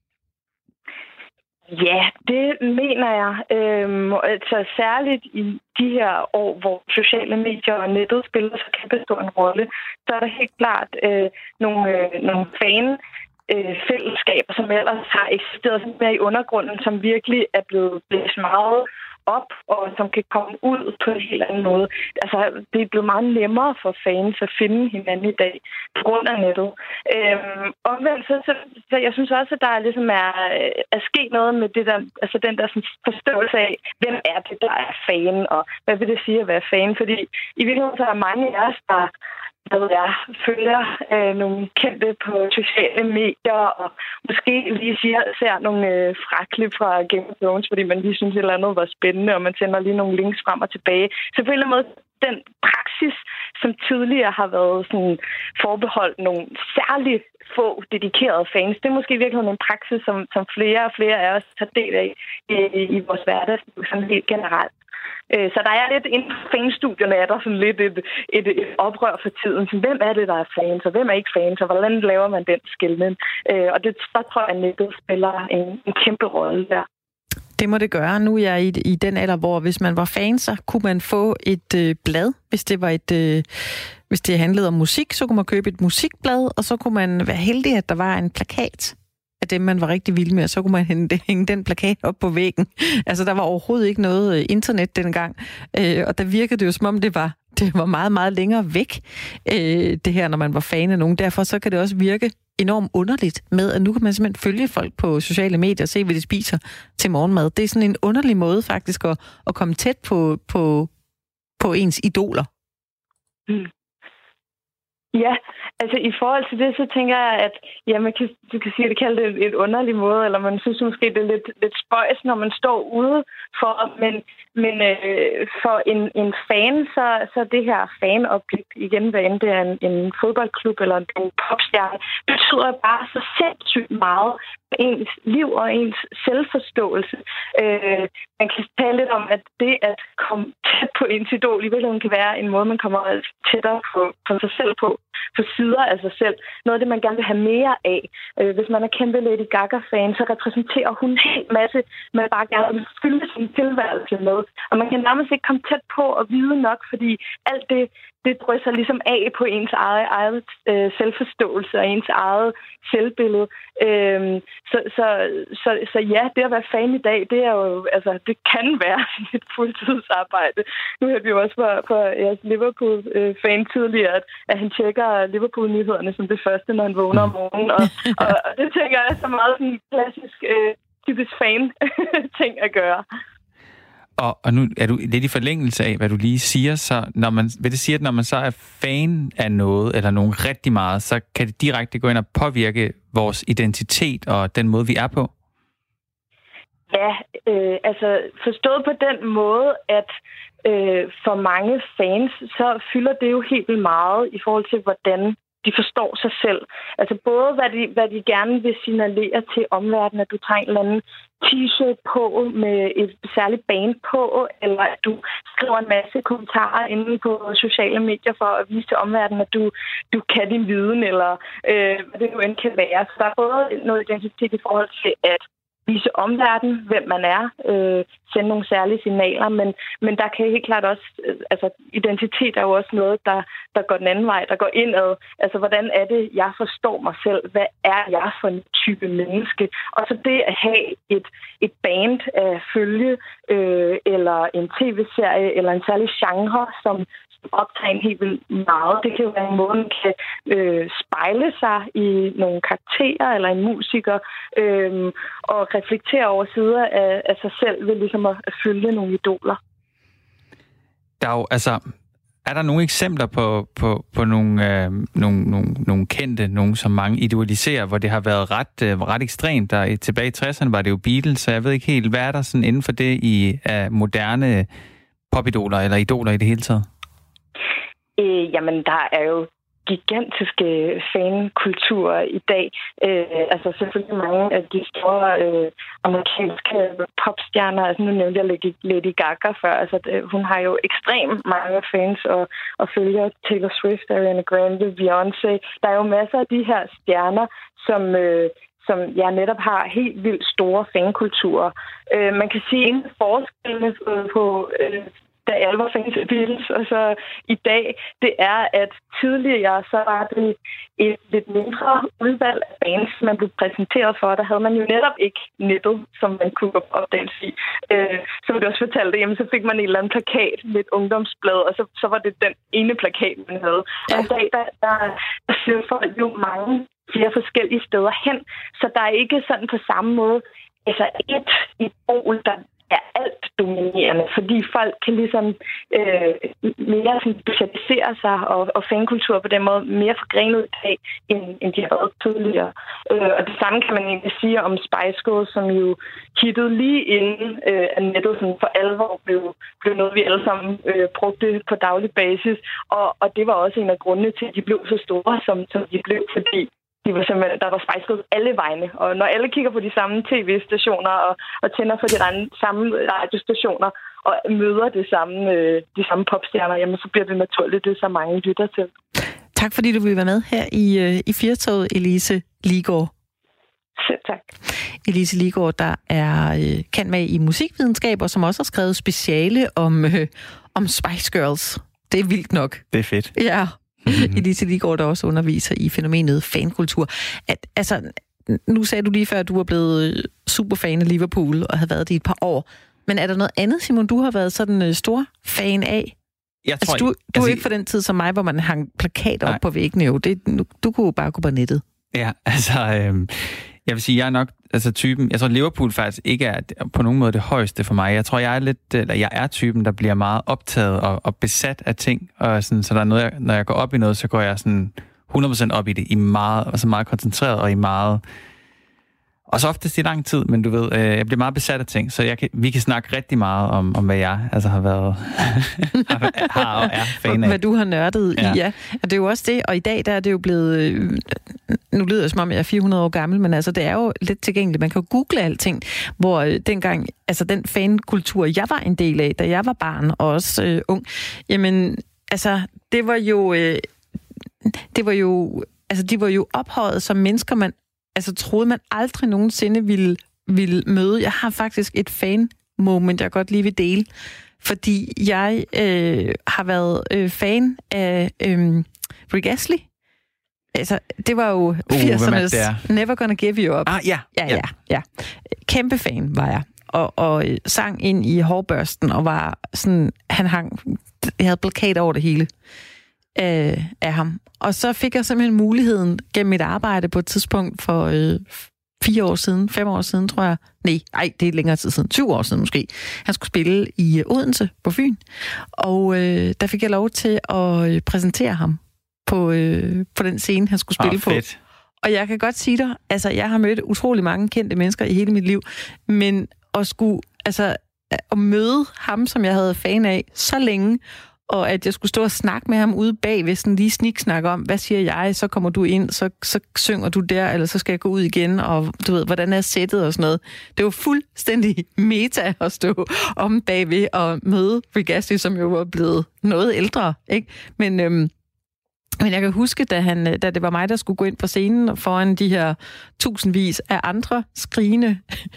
Ja, det mener jeg. Øhm, altså særligt i de her år, hvor sociale medier og nettet spiller så kæmpe stor en rolle, så er der helt klart øh, nogle, øh, nogle fan øh, fællesskaber, som ellers har eksisteret sådan mere i undergrunden, som virkelig er blevet blæst meget op, og som kan komme ud på en helt anden måde. Altså, det er blevet meget nemmere for fans at finde hinanden i dag på grund af nettet. Øhm, omvendt, så, så, så jeg synes også, at der ligesom er at ske noget med det der, altså den der sådan, forståelse af, hvem er det, der er fan, og hvad vil det sige at være fan? Fordi i virkeligheden så er der mange af os, der hvad jeg følger øh, nogle kendte på sociale medier, og måske lige siger, ser nogle øh, fraklip fra Game of Thrones, fordi man lige synes, et eller andet var spændende, og man sender lige nogle links frem og tilbage. Så på en eller anden måde, den praksis, som tidligere har været sådan forbeholdt nogle særligt få dedikerede fans, det er måske virkelig en praksis, som, som flere og flere af os tager del af i, i vores hverdagsliv, sådan helt generelt. Så der er lidt inden for fanstudierne, er der sådan lidt et, et, et oprør for tiden. Så hvem er det, der er fans, og hvem er ikke fans, og hvordan laver man den skelnen? Og det så tror jeg, at nettet spiller en, en kæmpe rolle der. Det må det gøre. Nu er jeg i, i den alder, hvor hvis man var fan, så kunne man få et øh, blad. Hvis det var et, øh, hvis det handlede om musik, så kunne man købe et musikblad, og så kunne man være heldig, at der var en plakat af dem, man var rigtig vild med, og så kunne man hænge, hænge den plakat op på væggen. Altså, der var overhovedet ikke noget internet dengang, øh, og der virkede det jo, som om det var, det var meget, meget længere væk, øh, det her, når man var fan af nogen. Derfor så kan det også virke enormt underligt med, at nu kan man simpelthen følge folk på sociale medier og se, hvad de spiser til morgenmad. Det er sådan en underlig måde faktisk at, at komme tæt på, på, på ens idoler. Mm. Ja, altså i forhold til det, så tænker jeg, at ja, man kan, du kan sige, at det kalder det et underlig måde, eller man synes måske, det er lidt, lidt spøjs, når man står ude for, men, men øh, for en, en fan, så, så det her fanobjekt, igen, hvad end det er en, en fodboldklub eller en popstjerne, betyder bare så sindssygt meget for ens liv og ens selvforståelse. Øh, man kan tale lidt om, at det at komme tæt på ens idol i virkeligheden kan være en måde, man kommer tættere på, på sig selv på, på sider af sig selv. Noget af det, man gerne vil have mere af. Øh, hvis man er kæmpe Lady Gaga-fan, så repræsenterer hun en hel masse, man bare gerne vil fylde sin tilværelse med. Og man kan nærmest ikke komme tæt på og vide nok, fordi alt det, det drysser ligesom af på ens eget, eget øh, selvforståelse og ens eget selvbillede. Øhm, så, så, så, så ja, det at være fan i dag, det er jo, altså, det kan være et fuldtidsarbejde. Nu hørte vi jo også fra, fra jeres Liverpool-fan tidligere, at, at han tjekker Liverpool-nyhederne som det første, når han vågner om morgenen. Og, og, og det tænker jeg er så meget sådan klassisk, øh, typisk fan-ting at gøre. Og, og nu er du lidt i forlængelse af, hvad du lige siger, så når man, vil det sige, at når man så er fan af noget, eller nogen rigtig meget, så kan det direkte gå ind og påvirke vores identitet og den måde, vi er på? Ja, øh, altså forstået på den måde, at øh, for mange fans, så fylder det jo helt vildt meget i forhold til, hvordan de forstår sig selv. Altså både, hvad de, hvad de gerne vil signalere til omverdenen, at du tager en eller anden t-shirt på med et særligt band på, eller at du skriver en masse kommentarer inde på sociale medier for at vise til omverdenen, at du, du kan din viden, eller øh, hvad det nu end kan være. Så der er både noget identitet i forhold til at vise omverdenen, hvem man er, øh, sende nogle særlige signaler, men, men der kan helt klart også, øh, altså identitet er jo også noget, der, der går den anden vej, der går indad. Altså, hvordan er det, jeg forstår mig selv? Hvad er jeg for en type menneske? Og så det at have et, et band at følge, øh, eller en tv-serie, eller en særlig genre, som optager en helt vildt meget. Det kan jo være en måde, man kan øh, spejle sig i nogle karakterer eller en musiker øh, og reflektere over sider af, af sig selv ved ligesom at følge nogle idoler. Der er jo, altså, er der nogle eksempler på, på, på nogle, øh, nogle, nogle, nogle kendte, nogle som mange idealiserer, hvor det har været ret, øh, ret ekstremt? Der, tilbage i tresserne var det jo Beatles, så jeg ved ikke helt, hvad er der sådan inden for det i uh, moderne popidoler eller idoler i det hele taget? Øh, jamen, der er jo gigantiske fankulturer i dag. Øh, altså selvfølgelig mange af de store øh, amerikanske popstjerner. Altså nu nævnte jeg Lady Gaga før. Altså det, hun har jo ekstremt mange fans og, og følger Taylor Swift, Ariana Grande, Beyoncé. Der er jo masser af de her stjerner, som... Øh, som jeg netop har helt vildt store fankulturer. Øh, man kan sige, en forskelle på... Øh, da jeg var fans af Beatles, og så i dag, det er, at tidligere, så var det et lidt mindre udvalg af bands, man blev præsenteret for. Der havde man jo netop ikke nettet, som man kunne opdages i. Øh, så var det også fortalt, jamen, så fik man en eller anden plakat med et ungdomsblad, og så, så var det den ene plakat, man havde. Ja. Og i dag, der, der, der ser folk jo mange flere forskellige steder hen, så der er ikke sådan på samme måde, altså et idol, der er alt dominerende, fordi folk kan ligesom øh, mere sådan specialisere sig, og, og fankultur på den måde mere forgrenet i dag, end, end de har været tidligere. Øh, og det samme kan man egentlig sige om Spice Girls, som jo hittede lige inden øh, at nettet sådan for alvor blev, blev noget, vi alle sammen øh, brugte på daglig basis. Og, og det var også en af grundene til, at de blev så store, som, som de blev, fordi de var simpelthen, der var Spice Girls alle vegne. Og når alle kigger på de samme tv-stationer og, og tænder for de samme radiostationer og møder det samme, øh, de samme popstjerner, jamen så bliver det naturligt, det så mange lytter til. Tak fordi du vil være med her i, øh, i Firtoget, Elise Ligård. Selv tak. Elise Ligård, der er øh, kendt med i musikvidenskab, og som også har skrevet speciale om, øh, om Spice Girls. Det er vildt nok. Det er fedt. Ja. Mm-hmm. Elise Ligård, der også underviser i fænomenet fankultur. At, altså, nu sagde du lige før, at du var blevet superfan af Liverpool og havde været det i et par år. Men er der noget andet, Simon, du har været sådan uh, stor fan af? Jeg tror, altså, du, du altså, er ikke for den tid som mig, hvor man hang plakater op på væggene. Jo. Det, du, du kunne bare gå på nettet. Ja, altså... Øh, jeg vil sige, jeg er nok altså typen... Jeg tror, Liverpool faktisk ikke er på nogen måde det højeste for mig. Jeg tror, jeg er lidt... Eller jeg er typen, der bliver meget optaget og, og besat af ting. Og sådan, så der er noget, jeg, når jeg går op i noget, så går jeg sådan hundrede procent op i det. I meget, altså meget koncentreret og i meget... Og så oftest i lang tid, men du ved, øh, jeg bliver meget besat af ting, så jeg kan, vi kan snakke rigtig meget om, om hvad jeg altså har været har og er fan af. Hvad du har nørdet ja. i, ja. Og det er jo også det, og i dag der er det jo blevet, øh, nu lyder det som om jeg er fire hundrede år gammel, men altså det er jo lidt tilgængeligt. Man kan jo google alting, hvor øh, dengang, altså den fankultur, jeg var en del af, da jeg var barn og også øh, ung, jamen altså det var jo, øh, det var jo, altså de var jo ophøjet som mennesker, man altså troede man aldrig nogensinde ville, ville møde. Jeg har faktisk et fan-moment, jeg godt lige vil dele. fordi jeg øh, har været øh, fan af øh, Rick Astley. Altså, det var jo uh, firsernes Never Gonna Give You Up. Ah, ja. Ja, ja, ja. Kæmpe fan var jeg. Og, og sang ind i hårbørsten, og var sådan, han hang, jeg havde plakat over det hele øh, af ham. Og så fik jeg simpelthen muligheden gennem mit arbejde på et tidspunkt for øh, fire år siden, fem år siden, tror jeg. Nej, ej, det er længere tid siden, tyve år siden måske. Han skulle spille i Odense på Fyn. Og øh, der fik jeg lov til at øh, præsentere ham på, øh, på den scene, han skulle spille oh, på. Og jeg kan godt sige dig, altså jeg har mødt utrolig mange kendte mennesker i hele mit liv, men at skulle, altså at møde ham, som jeg havde fan af så længe, og at jeg skulle stå og snakke med ham ude bagved, sådan lige sniksnakke om, hvad siger jeg, så kommer du ind, så, så synger du der, eller så skal jeg gå ud igen, og du ved, hvordan er sættet og sådan noget. Det var fuldstændig meta at stå om bagved og møde Rick Astley, som jo var blevet noget ældre, ikke? Men, øhm, men jeg kan huske, da, han, da det var mig, der skulle gå ind på scenen foran de her tusindvis af andre skrigende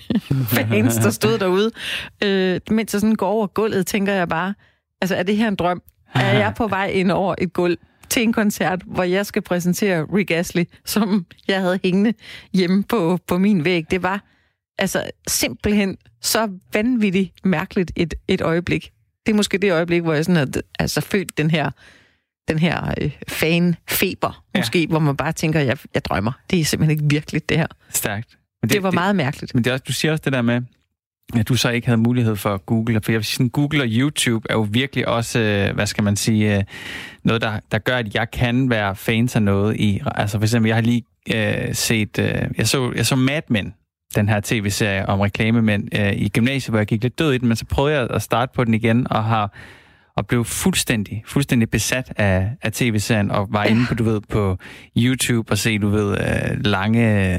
fans, der stod derude, øh, mens jeg sådan går over gulvet, tænker jeg bare, altså, er det her en drøm? Er jeg på vej ind over et gulv til en koncert, hvor jeg skal præsentere Rick Astley, som jeg havde hængende hjemme på, på min væg? Det var altså simpelthen så vanvittigt mærkeligt et, et øjeblik. Det er måske det øjeblik, hvor jeg sådan havde altså, født den her, den her øh, fan-feber, måske, ja. Hvor man bare tænker, jeg, jeg drømmer. Det er simpelthen ikke virkeligt, det her. Stærkt. Men det, det var det, meget mærkeligt. Men det er også, du siger også det der med, at du så ikke havde mulighed for at google, for jeg vil sige, sådan, Google og YouTube er jo virkelig også, øh, hvad skal man sige, øh, noget, der, der gør, at jeg kan være fans af noget i, altså for eksempel, jeg har lige øh, set, øh, jeg, så, jeg så Mad Men, den her tv-serie om reklamemænd øh, i gymnasiet, hvor jeg gik lidt død i den, men så prøvede jeg at starte på den igen, og har og blev fuldstændig, fuldstændig besat af, af tv-serien, og var inde på, du ved, på YouTube og se, du ved, øh, lange...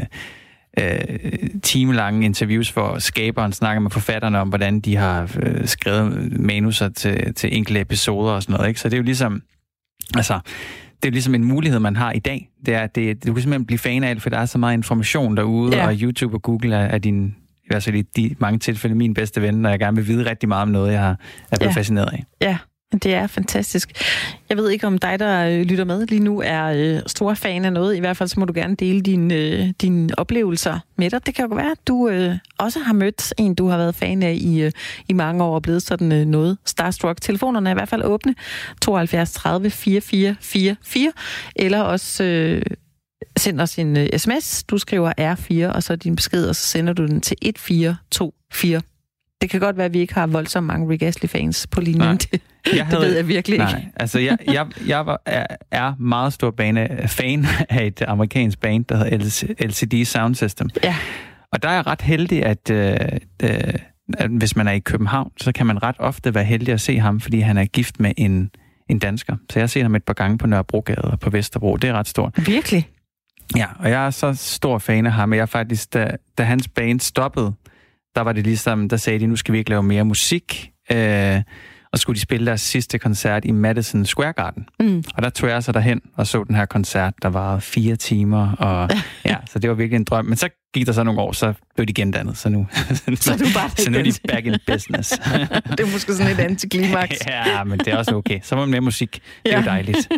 Øh, timelange interviews, for skaberen snakker med forfatterne om, hvordan de har øh, skrevet manuser til, til enkelte episoder og sådan noget, ikke? Så det er jo ligesom, altså, det er jo ligesom en mulighed, man har i dag. Det er, det, du kan simpelthen blive fan af det, for der er så meget information derude, ja. Og YouTube og Google er, er din, i hvert fald i de mange tilfælde, min bedste ven, og jeg gerne vil vide rigtig meget om noget, jeg har, er blevet ja. fascineret af. Ja. Det er fantastisk. Jeg ved ikke, om dig, der lytter med lige nu, er øh, store fan af noget. I hvert fald så må du gerne dele dine, øh, dine oplevelser med dig. Det kan jo være, at du øh, også har mødt en, du har været fan af i, øh, i mange år og blevet sådan øh, noget starstruck. Telefonerne er i hvert fald åbne. tooghalvfjerds tredive fireogfyrre fireogfyrre. Eller også øh, send os en øh, sms. Du skriver R fire, og så din besked, og så sender du den til et fire to fire. Det kan godt være, at vi ikke har voldsomt mange Rick Astley-fans på linjen. Nej, det, jeg havde, det ved jeg virkelig nej, ikke. Altså, jeg, jeg, jeg var, er, er meget stor bane, fan af et amerikansk band, der hedder L C D Sound System. Ja. Og der er jeg ret heldig, at, øh, at hvis man er i København, så kan man ret ofte være heldig at se ham, fordi han er gift med en, en dansker. Så jeg har set ham et par gange på Nørrebrogade og på Vesterbro. Det er ret stort. Virkelig? Ja, og jeg er så stor fan af ham, og jeg er faktisk, da, da hans band stoppede, der var det ligesom, der sagde de, nu skal vi ikke lave mere musik, øh, og skulle de spille deres sidste koncert i Madison Square Garden. Mm. Og der tog jeg så derhen og så den her koncert, der varede fire timer, og ja, så det var virkelig en drøm. Men så gik der så nogle år, så blev de gendannet, så nu, så, du bare så nu er de back in business. Det er måske sådan et antiklimaks. Ja, men det er også okay. Så må man mere musik. Det er ja. jo dejligt.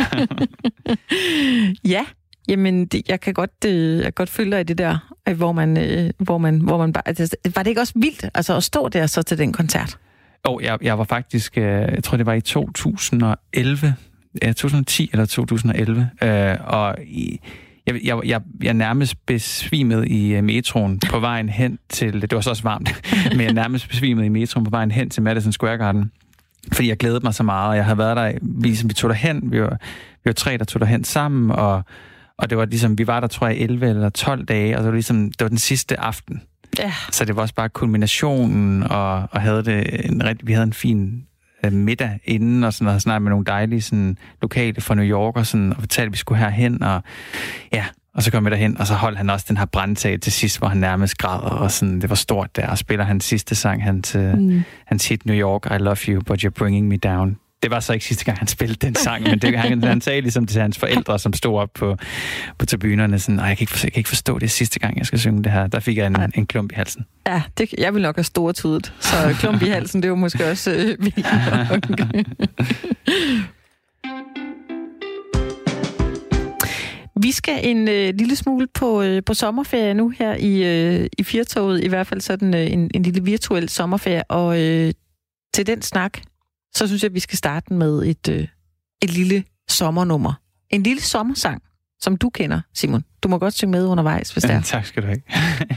Ja. Jamen, det, jeg kan godt, øh, jeg kan godt følge dig i det der, hvor man, øh, hvor man, hvor man bare... Altså, var det ikke også vildt, altså, at stå der så til den koncert? Jo, jeg, jeg var faktisk, øh, jeg tror det var i to tusind og elleve, ja, to tusind og ti eller to tusind og elleve, øh, og i, jeg, jeg, jeg, jeg nærmest besvimede i metroen på vejen hen til... Det var så også varmt, men jeg nærmest besvimede i metroen på vejen hen til Madison Square Garden, fordi jeg glædede mig så meget, og jeg havde været der, vi, ligesom, vi tog derhen, vi var, vi var tre, der tog derhen sammen, og Og det var ligesom, vi var der, tror jeg, elleve eller tolv dage, og det var ligesom, det var den sidste aften. Ja. Så det var også bare kulminationen, og, og havde det en ret, vi havde en fin uh, middag inden, og sådan noget, snart med nogle dejlige sådan, lokale fra New York, og, sådan, og fortalte, at vi skulle herhen, og ja, og så kom vi derhen, og så holdt han også den her brandtale til sidst, hvor han nærmest græder, og sådan, det var stort der, og spiller hans sidste sang, hans, mm. hans hit New York, I Love You, But You're Bringing Me Down. det var så ikke sidste gang, han spillede den sang, men det, han, han sagde ligesom til hans forældre, som stod op på, på tribunerne, sådan, jeg kan, ikke forstå, jeg kan ikke forstå det sidste gang, jeg skal synge det her. Der fik jeg en, en klump i halsen. Ja, det, jeg vil nok have store tudet, så klump i halsen, det var måske også øh, vildt nok. Vi skal en øh, lille smule på, øh, på sommerferie nu her i, øh, i Firtoget, i hvert fald sådan øh, en, en lille virtuel sommerferie, og øh, til den snak, så synes jeg, at vi skal starte med et, øh, et lille sommernummer. En lille sommersang, som du kender, Simon. Du må godt synge med undervejs, hvis det er. Ja, tak skal du have.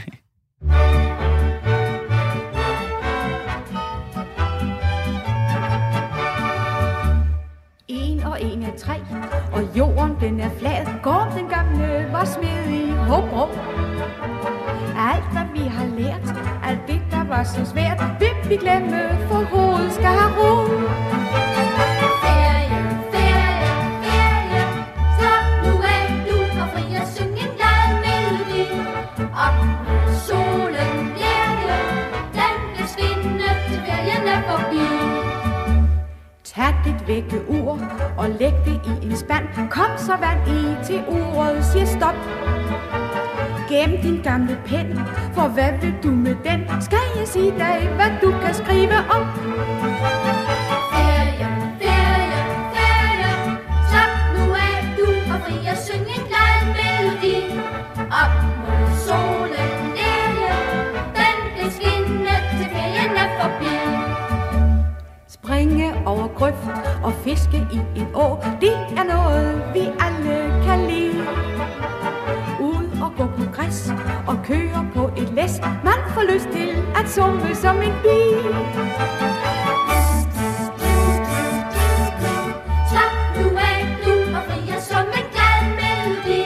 En og en er tre, og jorden den er flad. Går den gamle var smidig, hop, hop. Alt hvad vi har lært, alt det der var så svært, vil vi glemme, for hovedet skal have ro. Ferie, ferie, ferie, slap nu af, du og fri at synge en glad melodi. Op med solen, bjerge, den vil skinne til ferien er forbi. Tag dit vækkeur og læg det i en spand. Kom så vand i til uret siger stop. Gem din gamle pen, for hvad vil du med den? Skal jeg sige dig, hvad du kan skrive om? Ferie, ferie, ferie, slap nu af, du og fri at synge en glad melodi. Op mod solen, lærge, den vil skinne til ferien er forbi. Springe over grøft og fiske i en å, det er noget, vi alle kan lide. Ud og gå på græs og køre på et læs, man får lyst til at summe som en bi. Slap nu af, du og fri at summe en glad melodi.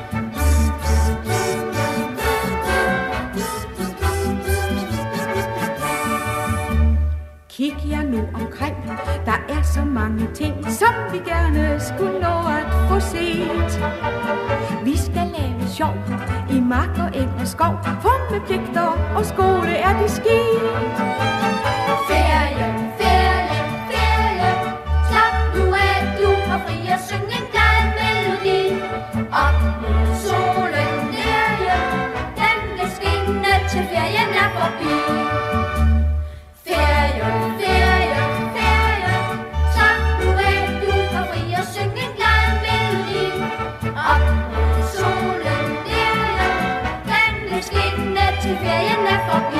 Kig jer nu omkring, der er så mange ting, som vi gerne skulle nå at få set. Vi skal lave sjov i mark og eng og skov, for med pligter og skole er det sket. Ferie, ferie, ferie, slap nu af, du og fri at synge en glad melodi. Op mod solen, lærge, den vil skinne til ferien er forbi. Ferie, ferie, ferie, slap nu af, du og fri at synge en glad melodi. Op mod solen, lærge, den vil skinne til ferien er forbi.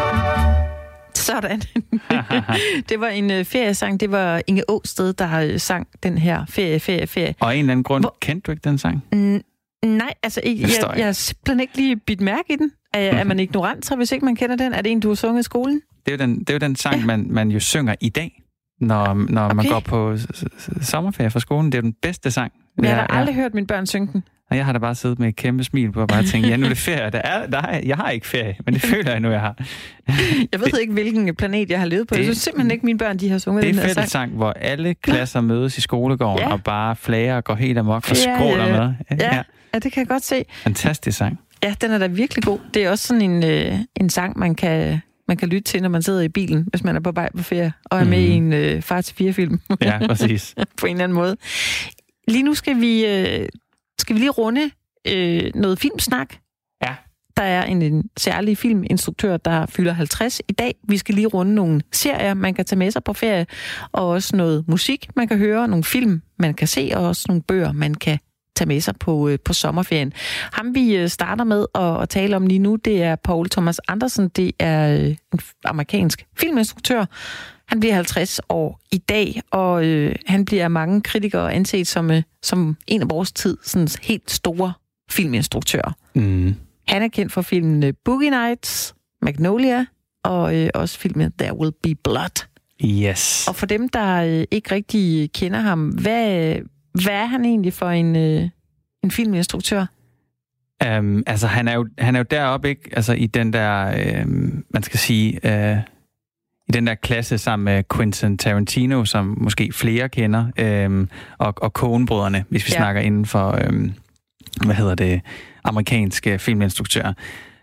Sådan. Det var en uh, feriesang. Det var Inge Aasted, der uh, sang den her ferie, ferie, ferie. Og en eller anden grund, Hvor... kendte du ikke den sang? Mm, nej, altså ikke, jeg, jeg, jeg har simpelthen ikke lige bidt mærke i den. Er, er man ignorant, så hvis ikke man kender den? Er det en, du har sunget i skolen? Det er jo den, det er jo den sang, ja. man, man jo synger i dag, når, når okay. man går på sommerferie fra skolen. Det er den bedste sang. Jeg har aldrig ja. hørt mine børn synge den. Og jeg har da bare siddet med et kæmpe smil på og bare tænkt, ja, nu er det ferie. Der er, der er, jeg har ikke ferie, men det føler jeg nu, jeg har. Jeg ved det, ikke, hvilken planet jeg har levet på. Det, jeg synes simpelthen ikke, mine børn de har sunget den her sang. Det er fællessang, hvor alle klasser mødes i skolegården ja. og bare flager og går helt amok og skråler ja, med. Ja, ja. ja, det kan jeg godt se. Fantastisk sang. Ja, den er da virkelig god. Det er også sådan en, øh, en sang, man kan... man kan lytte til, når man sidder i bilen, hvis man er på vej på ferie, og er med mm. i en øh, far til fire film. Ja, præcis. På en eller anden måde. Lige nu skal vi, øh, skal vi lige runde øh, noget filmsnak. Ja. Der er en, en særlig filminstruktør, der fylder halvtreds i dag. Vi skal lige runde nogle serier, man kan tage med sig på ferie, og også noget musik, man kan høre, nogle film, man kan se, og også nogle bøger, man kan tage med sig på, på sommerferien. Ham vi starter med at, at tale om lige nu, det er Paul Thomas Anderson. Det er en amerikansk filminstruktør. Han bliver halvtreds år i dag, og øh, han bliver af mange kritikere anset som, øh, som en af vores tid sådan helt store filminstruktører. Mm. Han er kendt for filmen Boogie Nights, Magnolia, og øh, også filmen There Will Be Blood. Yes. Og for dem, der øh, ikke rigtig kender ham, hvad, hvad er han egentlig for en, øh, en filminstruktør? Um, altså, han er jo, han er jo deroppe, ikke? Altså, i den der, øh, man skal sige, øh, i den der klasse sammen med Quentin Tarantino, som måske flere kender, øh, og, og Coen-brødrene, hvis vi ja. snakker inden for, øh, hvad hedder det, amerikanske filminstruktører.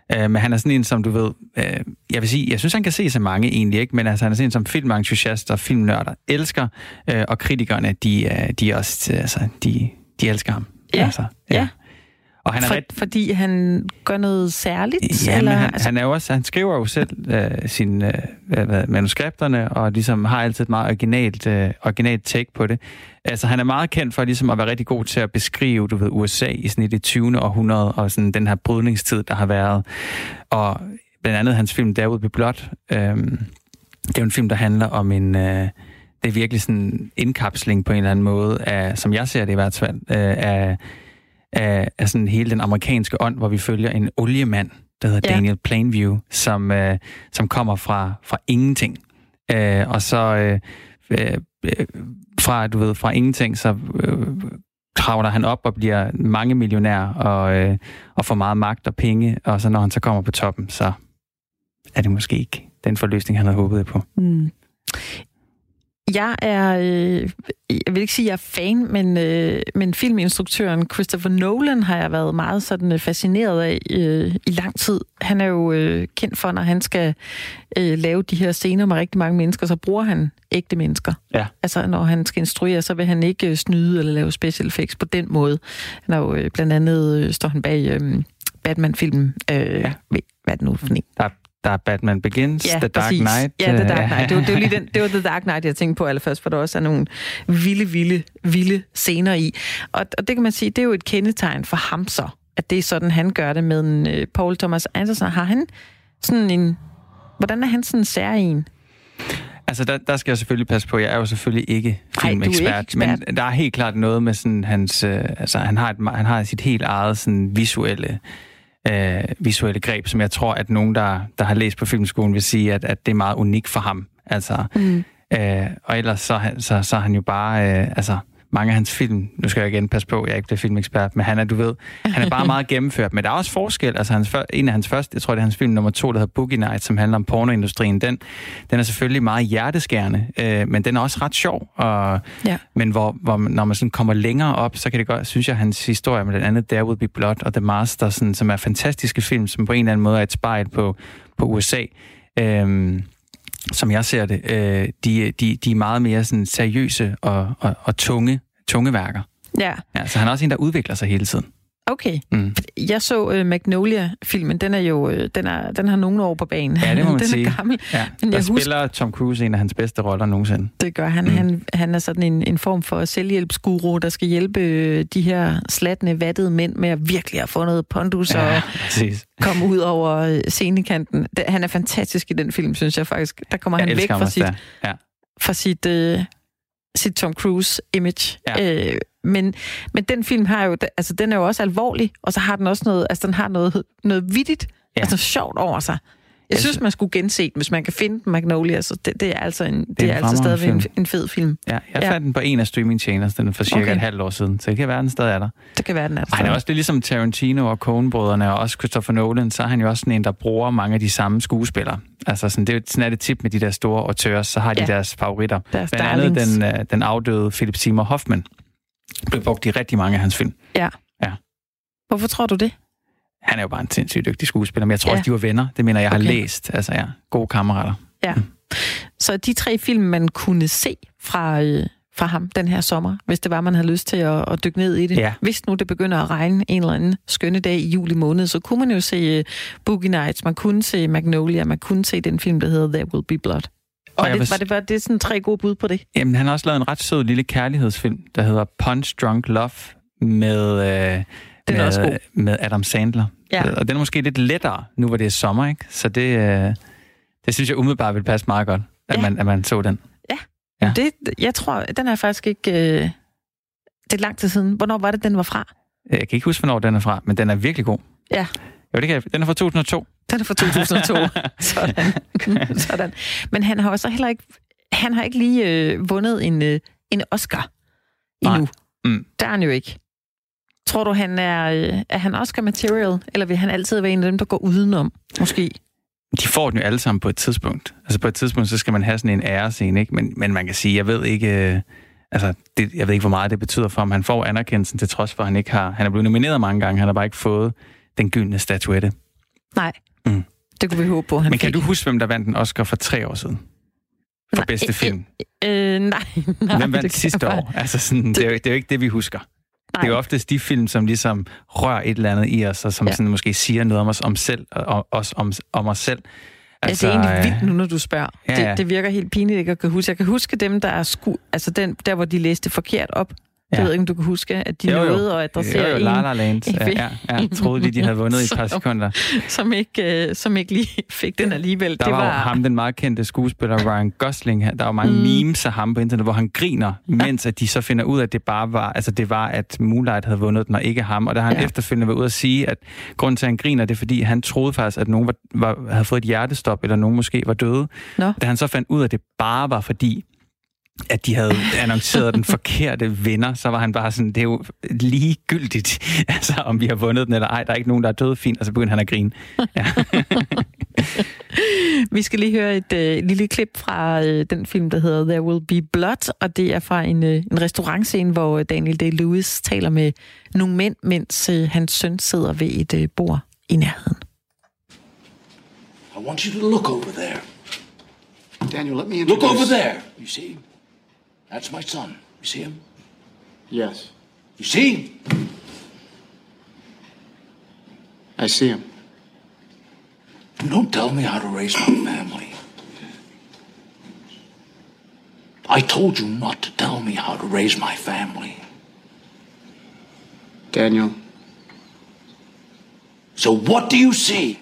Uh, men han er sådan en, som du ved... Uh, jeg vil sige, jeg synes, han kan se så mange egentlig, ikke? Men altså, han er sådan en, som filmentusiaster og filmnørder elsker, uh, og kritikerne, de, uh, de også... Uh, altså, de, de elsker ham. Ja, altså, ja. ja. Og han er For, ret... fordi han gør noget særligt? Ja, eller? men han, Altså... han, er jo også, han skriver jo selv øh, sine øh, manuskripterne, og ligesom har altid et meget originalt, øh, originalt take på det. Altså, han er meget kendt for ligesom at være rigtig god til at beskrive, du ved, U S A i sådan i det tyvende århundrede, og sådan den her brydningstid, der har været. Og blandt andet hans film There Will Be Blood, øh, det er jo en film, der handler om en... Øh, det er virkelig sådan en indkapsling på en eller anden måde, af, som jeg ser det i hvert fald, øh, af... Af, af sådan hele den amerikanske ånd, hvor vi følger en oliemand, der hedder ja. Daniel Plainview, som, øh, som kommer fra, fra ingenting. Øh, og så øh, øh, fra, du ved, fra ingenting, så øh, kravler han op og bliver mange millionær og, øh, og får meget magt og penge, og så når han så kommer på toppen, så er det måske ikke den forløsning, han havde håbet på. Mm. Jeg er, øh, jeg vil ikke sige, at jeg er fan, men, øh, men filminstruktøren Christopher Nolan har jeg været meget sådan fascineret af øh, i lang tid. Han er jo øh, kendt for, når han skal øh, lave de her scener med rigtig mange mennesker, så bruger han ægte mennesker. Ja. Altså, når han skal instruere, så vil han ikke øh, snyde eller lave special effects på den måde. Han er jo øh, blandt andet, øh, står han bag øh, Batman-filmen. Øh, ja. Hvad er det nu for en? Der Der er Batman Begins, ja, The Dark præcis. Knight. Ja, The Dark Knight. Det var, det var lige den, det var The Dark Knight, jeg tænkte på allerførst, for der også er nogle vilde, vilde, vilde scener i. Og, og det kan man sige, det er jo et kendetegn for ham så, at det er sådan, han gør det med en, uh, Paul Thomas Anderson. Har han sådan en... Hvordan er han sådan en særlig? Altså, der, der skal jeg selvfølgelig passe på. Jeg er jo selvfølgelig ikke filmekspert, Ej, ikke men der er helt klart noget med sådan hans... Øh, altså, han har, et, han har sit helt eget sådan visuelle... Øh, visuelle greb, som jeg tror, at nogen, der, der har læst på filmskolen, vil sige, at, at det er meget unikt for ham. Altså, mm. øh, og ellers så, så, så er han jo bare... Øh, altså, mange af hans film... Nu skal jeg igen passe på, jeg er ikke blevet filmekspert, men han er, du ved, han er bare meget gennemført. Men der er også forskel. Altså, hans, en af hans første, jeg tror, det er hans film nummer to, der hedder Boogie Nights, som handler om pornoindustrien. Den, den er selvfølgelig meget hjerteskærende, øh, men den er også ret sjov. Og, ja. Men hvor, hvor, når man sådan kommer længere op, så kan det godt, synes jeg, hans historie med blandt andet There Will Be Blood og The Master, sådan, som er fantastiske film, som på en eller anden måde er et spejl på, på U S A. Øh, som jeg ser det, øh, de, de, de er meget mere sådan seriøse og, og, og tunge, tunge værker. Ja. Ja. Så han er også en, der udvikler sig hele tiden. Okay. Mm. Jeg så uh, Magnolia-filmen, den er jo, uh, den, er, den har nogle år på banen. Ja, det må man den sige. Den er gammel. Ja. Men der jeg spiller husker, Tom Cruise en af hans bedste roller nogensinde. Det gør han. Mm. Han, han er sådan en, en form for selvhjælpsguru, der skal hjælpe de her slatne, vattede mænd med at virkelig have fundet pondus ja, og præcis. komme ud over scenekanten. Det, han er fantastisk i den film, synes jeg faktisk. Der kommer jeg han væk fra sit, ja. fra sit, uh, sit Tom Cruise-image. Ja. Uh, Men, men den film har jo, altså den er jo også alvorlig, og så har den også noget, altså den har noget, noget vittigt, ja. altså sjovt over sig. Jeg synes, man skulle gense den, hvis man kan finde den, Magnolia, så det, det er altså, en, det det er altså stadigvæk en, en fed film. Ja, jeg fandt ja. den på en af streaming-tjenesterne for cirka okay. et halvt år siden, så det kan være, den stadig er der. Det kan være, den er der. Ej, han er også det er ligesom Tarantino og Coen-brødrene, og også Christopher Nolan, så er han jo også sådan en, der bruger mange af de samme skuespillere. Altså sådan, det er jo sådan er det tip med de der store auteurs, så har de ja. deres favoritter. Deres Blandt andet den, den afdøde Philip Seymour Hoffman blev brugt i rigtig mange af hans film. Ja. ja. Hvorfor tror du det? Han er jo bare en sindssygt dygtig skuespiller, men jeg tror ja. også, de var venner. Det mener jeg, jeg okay. har læst. Altså ja, gode kammerater. Ja. Mm. Så de tre film, man kunne se fra, øh, fra ham den her sommer, hvis det var, man havde lyst til at, at dykke ned i det. Ja. Hvis nu det begynder at regne en eller anden skønne dag i juli måned, så kunne man jo se uh, Boogie Nights, man kunne se Magnolia, man kunne se den film, der hedder There Will Be Blood. Og var, det, var, det, var det sådan tre gode bud på det? Jamen, han har også lavet en ret sød lille kærlighedsfim, der hedder Punch Drunk Love, med, øh, den er med, med Adam Sandler. Ja. Og den er måske lidt lettere, nu hvor det er sommer, ikke? Så det, øh, det synes jeg umiddelbart vil passe meget godt, at, ja. man, at man så den. Ja, ja. Det, jeg tror, den er faktisk ikke... Øh, det er lang tid siden. Hvornår var det, den var fra? Jeg kan ikke huske, hvornår den er fra, men den er virkelig god. Ja. Jo, det kan jeg. Den er fra to tusind og to. Den er fra to tusind og to. Sådan. Sådan. Men han har også heller ikke... Han har ikke lige øh, vundet en, øh, en Oscar endnu. Mm. Der er han jo ikke. Tror du, han er, øh, er han Oscar material, eller vil han altid være en af dem, der går udenom, måske? De får den jo alle sammen på et tidspunkt. Altså på et tidspunkt, så skal man have sådan en ærescene, ikke? Men, men man kan sige, jeg ved ikke... Øh, altså, det, jeg ved ikke, hvor meget det betyder for ham. Han får anerkendelsen til trods for, at han ikke har... Han er blevet nomineret mange gange, han har bare ikke fået den gyldne statuette. Nej, mm. det kunne vi håbe på, han Men kan fik. du huske, hvem der vandt en Oscar for tre år siden? For nej, bedste film? Øh, øh, nej, nej. Hvem vandt sidste år? Altså sådan, det, det, er jo, det er jo ikke det, vi husker. Nej. Det er jo oftest de film, som ligesom rører et eller andet i os, og som ja. sådan måske siger noget om os om selv, og os om, om os selv. Altså, ja, det er egentlig vildt nu, når du spørger. Ja, ja. Det, det virker helt pinligt, ikke at kan huske. Jeg kan huske dem, der er sku... Altså den, der, hvor de læste forkert op. Ja. Jeg ved ikke, om du kan huske, at de jo, jo. nåede at adressere jo, jo, La La Land. Ja, ja, ja. Troede de, de havde vundet i et par sekunder. Som ikke, som ikke lige fik den alligevel. Der det var, var ham, den meget kendte skuespiller Ryan Gosling. Der var mange mm. memes af ham på internet, hvor han griner, mens at de så finder ud af, at det bare var, altså det var, at Moonlight havde vundet den, og ikke ham. Og der har han ja. efterfølgende været ude at sige, at grunden til, at han griner, det er, fordi han troede faktisk, at nogen var, var, havde fået et hjertestop, eller nogen måske var døde. Nå. Da han så fandt ud af, at det bare var fordi, at de havde annonceret den forkerte vinder, så var han bare sådan, det er jo ligegyldigt, altså om vi har vundet den eller ej, der er ikke nogen, der er døde fint, og så begyndte han at grine. Ja. Vi skal lige høre et øh, lille klip fra øh, den film, der hedder There Will Be Blood, og det er fra en, øh, en restaurantscene, hvor Daniel Day-Lewis taler med nogle mænd, mens øh, hans søn sidder ved et øh, bord i nærheden. I want you to look over there. Daniel, let me introduce... Look over there, you see? That's my son. You see him? Yes. You see him? I see him. Don't tell me how to raise my family. I told you not to tell me how to raise my family. Daniel. So what do you see?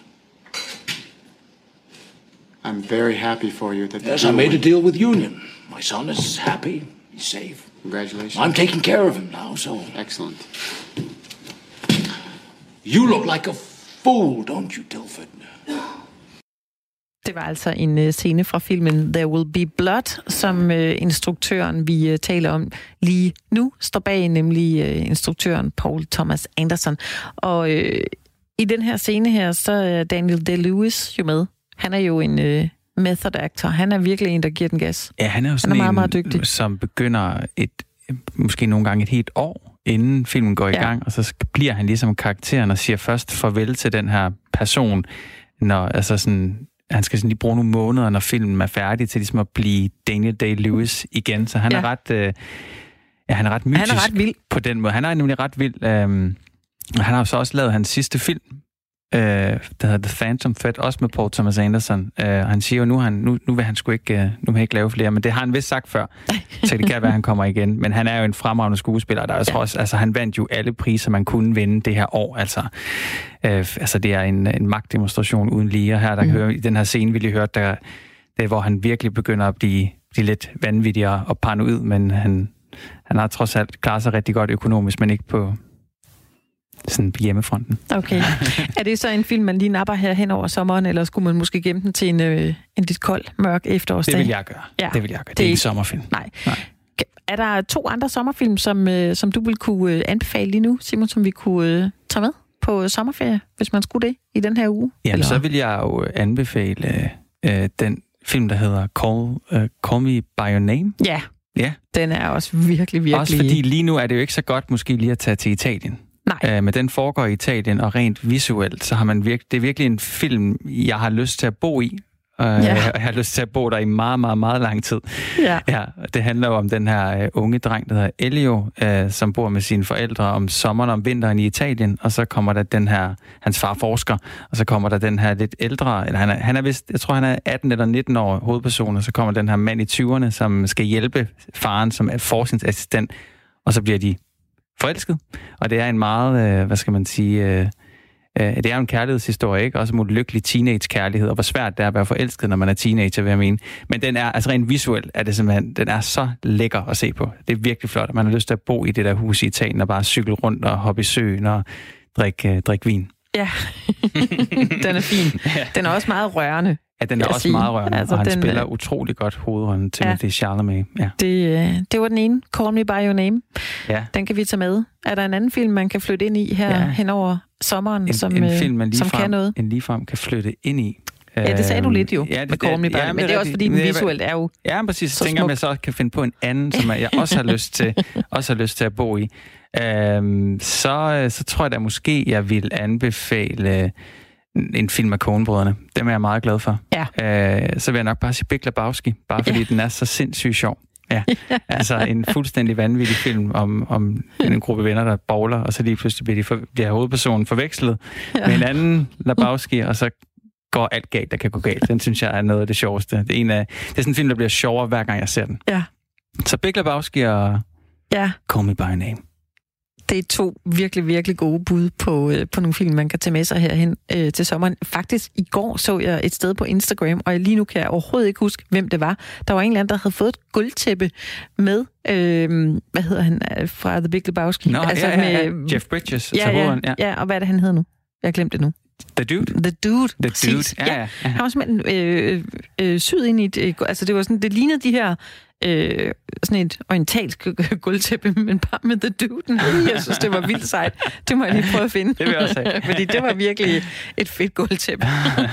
I'm very happy for you that... Yes, I made a deal with Union. My son is happy. He's safe. Congratulations. I'm taking care of him now, so... Excellent. You look like a fool, don't you, Dilford? Det var altså en uh, scene fra filmen There Will Be Blood, som uh, instruktøren, vi uh, taler om lige nu, står bag, nemlig uh, instruktøren Paul Thomas Anderson. Og uh, i den her scene her, så er Daniel Day-Lewis jo med. Han er jo en uh, method actor. Han er virkelig en, der giver den gas. Ja, han er jo sådan han er meget, en, meget dygtig. Som begynder et, måske nogle gange et helt år, inden filmen går i ja. gang, og så bliver han ligesom karakteren og siger først farvel til den her person, når altså sådan... Han skal sådan lige bruge nogle måneder, når filmen er færdig, til ligesom at blive Daniel Day-Lewis igen. Så han ja. er ret, øh, ja, han er ret mytisk han er ret vild. På den måde. Han er nemlig ret vild. Øh, han har jo så også lavet hans sidste film, øh, der hedder The Phantom Thread, også med Paul Thomas Anderson. Øh, han siger jo, nu, han, nu, nu vil han sgu ikke, øh, nu vil han ikke lave flere, men det har han vist sagt før. Så det kan være, at han kommer igen. Men han er jo en fremragende skuespiller. Der er ja. også, altså, han vandt jo alle priser, man kunne vinde det her år. Altså, øh, altså det er en, en magtdemonstration uden lige. Og her, der mm. hører, i den her scene, vi lige hørte, der, det er, hvor han virkelig begynder at blive, blive lidt vanvittigere og paranoid, men han, han har trods alt klaret sig rigtig godt økonomisk, men ikke på... sådan på hjemmefronten. Okay. Er det så en film, man lige napper her hen over sommeren, eller skulle man måske gemme den til en, øh, en lidt kold, mørk efterårsdag? Det vil jeg gøre. Ja. Det vil jeg gøre. Det, det er ikke en sommerfilm. Nej. Nej. Er der to andre sommerfilm, som, øh, som du vil kunne øh, anbefale lige nu, Simon, som vi kunne øh, tage med på sommerferie, hvis man skulle det i den her uge? Jamen, eller? Så vil jeg jo anbefale øh, den film, der hedder Call, uh, Call Me By Your Name. Ja. Ja. Den er også virkelig, virkelig... Også fordi lige nu er det jo ikke så godt måske lige at tage til Italien. Nej. Øh, men den foregår i Italien, og rent visuelt, så har man virke, det er virkelig en film, jeg har lyst til at bo i. Øh, ja. Jeg har lyst til at bo der i meget, meget, meget lang tid. Ja. Ja, det handler jo om den her uh, unge dreng, der hedder Elio, uh, som bor med sine forældre om sommeren og om vinteren i Italien, og så kommer der den her, hans far forsker, og så kommer der den her lidt ældre, eller han er, han er vist, jeg tror han er atten eller nitten år hovedperson, og så kommer den her mand i tyverne, som skal hjælpe faren, som er forskningsassistent, og så bliver de forelsket, og det er en meget, øh, hvad skal man sige, øh, øh, det er jo en kærlighedshistorie, ikke? Også mod lykkelig teenage-kærlighed, og hvor svært det er at være forelsket, når man er teenager, vil jeg mene. Men den er, altså rent visuelt, er det simpelthen, den er så lækker at se på. Det er virkelig flot, at man har lyst til at bo i det der hus i Italien, og bare cykle rundt og hoppe i søen og drikke, øh, drikke vin. Ja, den er fin. Den er også meget rørende. Ja, den er også sige. meget rørende, altså, og han den, spiller utrolig godt hovedrollen til ja, det Chalamet. Ja. Det, det var den ene, Call Me By Your Name. Ja. Den kan vi tage med. Er der en anden film, man kan flytte ind i her ja. hen over sommeren, en, som, en film, man som frem, kan noget? En ligefrem kan flytte ind i. Ja, det sagde du lidt jo, ja, det, med Call Me By Your Name. Men det er også, fordi den visuelt er jo ja, præcis. så Så tænker jeg, at så kan finde på en anden, som jeg også har lyst til, også har lyst til at bo i. Øhm, så, så tror jeg da måske, jeg vil anbefale en film af Coen-brødrene. Dem er jeg meget glad for. Ja. Øh, så vil jeg nok bare sige Big Lebowski, bare fordi ja. den er så sindssygt sjov. Ja, altså en fuldstændig vanvittig film om, om en gruppe venner, der bowler, og så lige pludselig bliver, de for, bliver hovedpersonen forvekslet ja. med en anden Lebowski, og så går alt galt, der kan gå galt. Den synes jeg er noget af det sjoveste. Det er, en af, det er sådan en film, der bliver sjovere, hver gang jeg ser den. Ja. Så Big Lebowski og ja. Call Me By Name. Det er to virkelig, virkelig gode bud på, øh, på nogle film, man kan tage med sig herhen øh, til sommeren. Faktisk i går så jeg et sted på Instagram, og lige nu kan jeg overhovedet ikke huske, hvem det var. Der var en eller anden, der havde fået et guldtæppe med, øh, hvad hedder han, fra The Big Lebowski? Nå, altså, ja, ja, ja. Med, Jeff Bridges. Ja, ja, ja, ja, og hvad er det, han hedder nu? Jeg har glemt det nu. The Dude? The Dude, The præcis. Dude, ja, ja. ja. Han var simpelthen øh, øh, syet ind i et... Øh, altså, det var sådan, det lignede de her... Øh, sådan et orientalsk gulvtæppe, men bare med The Dude. Jeg synes, det var vildt sejt. Det må jeg lige prøve at finde. Det vil jeg også have. Fordi det var virkelig et fedt gulvtæppe.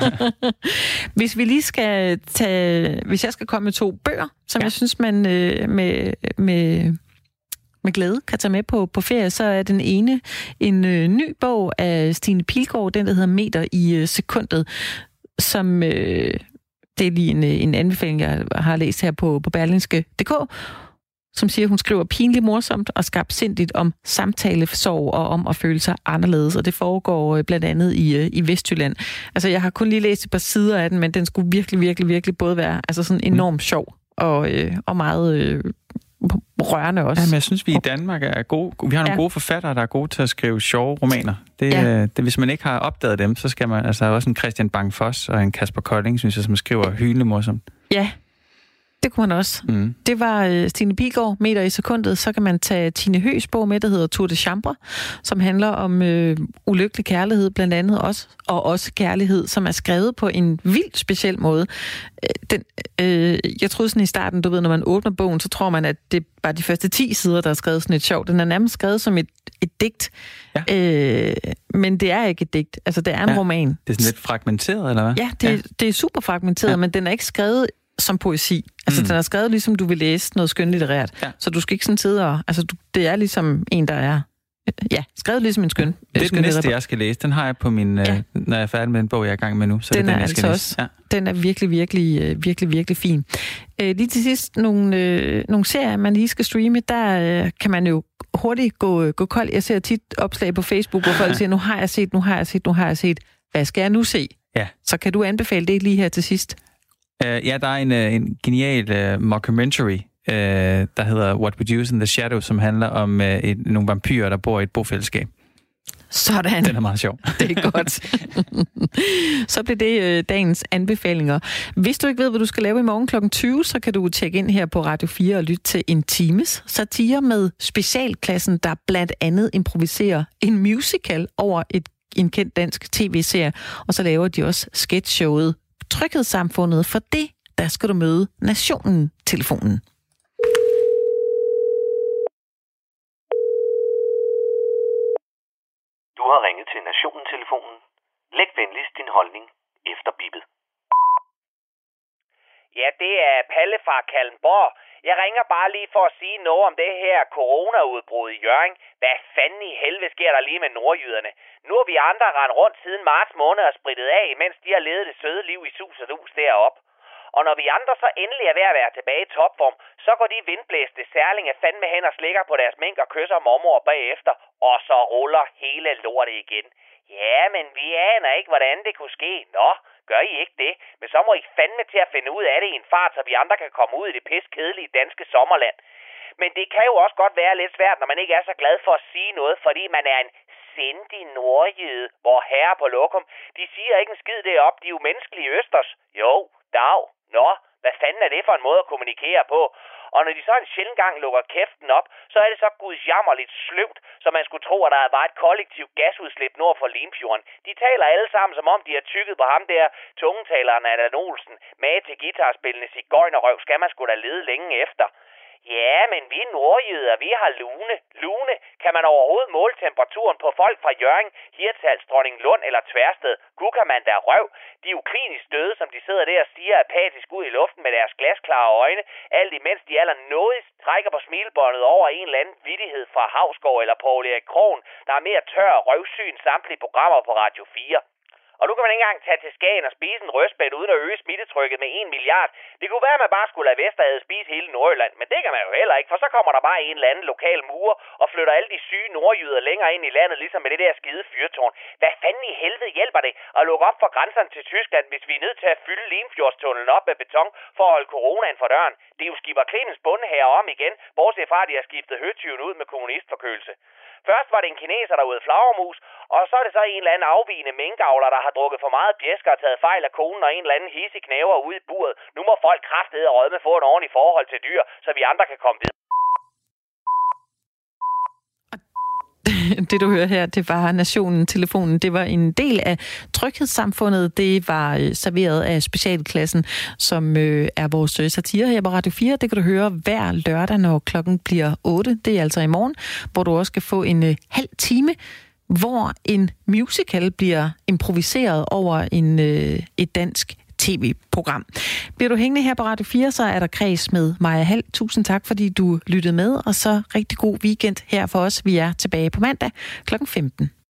Hvis vi lige skal tage... Hvis jeg skal komme med to bøger, som ja. jeg synes, man øh, med... med med glæde kan tage med på, på ferie, så er den ene en øh, ny bog af Stine Pilgaard, den der hedder Meter i øh, sekundet, som øh, det er lige en, en anbefaling, jeg har læst her på, på berlingske punktum d k, som siger, hun skriver pinligt morsomt og skarpsindigt om samtalesorg og om at føle sig anderledes, og det foregår øh, blandt andet i, øh, i Vestjylland. Altså, jeg har kun lige læst et par sider af den, men den skulle virkelig, virkelig, virkelig både være altså sådan enormt sjov og, øh, og meget... Øh, rørende også. Jamen, jeg synes, vi i Danmark er gode. Vi har nogle ja. gode forfattere, der er gode til at skrive sjove romaner. Det, ja. det, hvis man ikke har opdaget dem, så skal man... Altså, også en Christian Bang-Foss og en Kasper Kolding, synes jeg, som skriver hylende morsomt. Ja, det kunne man også. Mm. Det var uh, Stine Pilgaard, Meter i sekundet. Så kan man tage Tine Høghs bog med, der hedder Tour de Chambre, som handler om øh, ulykkelig kærlighed, blandt andet også, og også kærlighed, som er skrevet på en vildt speciel måde. Den, øh, jeg troede sådan i starten, du ved, når man åbner bogen, så tror man, at det er bare de første ti sider, der er skrevet sådan et sjov. Den er nærmest skrevet som et, et digt, ja. øh, men det er ikke et digt. Altså, det er en ja. roman. Det er sådan lidt fragmenteret, eller hvad? Ja, det, ja. det er super fragmenteret, ja. men den er ikke skrevet som poesi. Altså, mm. den er skrevet ligesom du vil læse noget skønlitterært. Ja. Så du skal ikke sådan sidde og... Altså, du, det er ligesom en, der er... Ja, skrevet ligesom en skøn. Det er den næste, jeg skal læse. Den har jeg på min... Ja. Øh, når jeg er færdig med den bog, jeg er i gang med nu. Så den det er den, er jeg skal altså læse. Også, ja. Den er virkelig, virkelig, virkelig, virkelig fin. Øh, lige til sidst, nogle, øh, nogle serier, man lige skal streame. Der øh, kan man jo hurtigt gå, gå kold. Jeg ser tit opslag på Facebook, hvor folk siger, nu har jeg set, nu har jeg set, nu har jeg set. Hvad skal jeg nu se? Ja. Så kan du anbefale det lige her til sidst? Uh, ja, der er en, uh, en genial uh, mockumentary, uh, der hedder What We Do in the Shadow, som handler om uh, et, nogle vampyrer, der bor i et bofællesskab. Sådan. Den er meget sjov. Det er godt. Så bliver det øh, dagens anbefalinger. Hvis du ikke ved, hvad du skal lave i morgen klokken tyve, så kan du tjekke ind her på Radio fire og lytte til en times satire med specialklassen, der blandt andet improviserer en musical over et, en kendt dansk tv-serie. Og så laver de også sketchshowet Tryghedssamfundet. For det, der skal du møde Nationen-telefonen. Du har ringet til Nationen-telefonen. Læg venligst din holdning efter bippet. Ja, det er Palle fra Kalundborg. Jeg ringer bare lige for at sige noget om det her coronaudbrud i Hjørring. Hvad fanden i helvede sker der lige med nordjyderne? Nu har vi andre rendt rundt siden marts måned og spritet af, mens de har levet det søde liv i sus og dus deroppe. Og når vi andre så endelig er ved at være tilbage i topform, så går de vindblæste særlinge fandme hen og slikker på deres mink og kysser mormor bagefter, og så ruller hele lortet igen. Ja, men vi aner ikke, hvordan det kunne ske. Nå, gør I ikke det? Men så må I fandme til at finde ud af det i en fart, så vi andre kan komme ud i det piskedelige danske sommerland. Men det kan jo også godt være lidt svært, når man ikke er så glad for at sige noget, fordi man er en sindig nordjyde, hvor herre på lokum. De siger ikke en skid deroppe, de er jo menneskelige østers. Jo, dag. Nå, hvad fanden er det for en måde at kommunikere på? Og når de så en sjældent gang lukker kæften op, så er det så gudsjammerligt sløvt, så man skulle tro, at der var et kollektivt gasudslip nord for Limfjorden. De taler alle sammen, som om de har tykket på ham der, tungetaleren Allan Olsen. Med til guitarspillende sigøjnerrøv skal man sgu da lede længe efter. Ja, men vi nordjyder, vi har lune. Lune. Kan man overhovedet måle temperaturen på folk fra Hjørring, Hirtshals, Dronninglund eller Tværsted? Gud kan man da røv. De er jo klinisk døde, som de sidder der og stiger apatisk ud i luften med deres glasklare øjne, alt imens de allernådigst trækker på smilebåndet over en eller anden vittighed fra Havsgaard eller Poul Erik Krohn, der er mere tør og røvsyn samtlige programmer på Radio fire. Og nu kan man ikke engang tage til Skagen og spise en røstbæt uden at øge smittetrykket med en milliard. Det kunne være, at man bare skulle lade Vesterhavet spise hele Nordjylland, men det kan man jo heller ikke, for så kommer der bare en eller anden lokal murer og flytter alle de syge nordjyder længere ind i landet, ligesom med det der skide fyrtårn. Hvad fanden i helvede hjælper det at lukke op for grænserne til Tyskland, hvis vi er nødt til at fylde Limfjordstunnelen op med beton for at holde coronaen for døren? Det er jo Skipper Clemens bunde her om igen, bortset fra, at de har skiftet høtyven ud med kommunistforkølelse. Først var det en kineser, der ude flagermus, og så er det så en eller anden afvigende minkavler, der har drukket for meget bjæsker og taget fejl af konen og en eller anden hissig knæver ude i buret. Nu må folk kraftedeme og rødme få et ordentligt forhold til dyr, så vi andre kan komme videre. Det, du hører her, det var Nationen Telefonen. Det var en del af Tryghedssamfundet. Det var øh, serveret af Specialklassen, som øh, er vores satire her på Radio fire. Det kan du høre hver lørdag, når klokken bliver otte. Det er altså i morgen, hvor du også skal få en øh, halv time, hvor en musical bliver improviseret over en, øh, et dansk tv-program. Bliver du hængende her på Radio fire, så er der Kreds med Maja Hall. Tusind tak, fordi du lyttede med, og så rigtig god weekend her for os. Vi er tilbage på mandag klokken femten.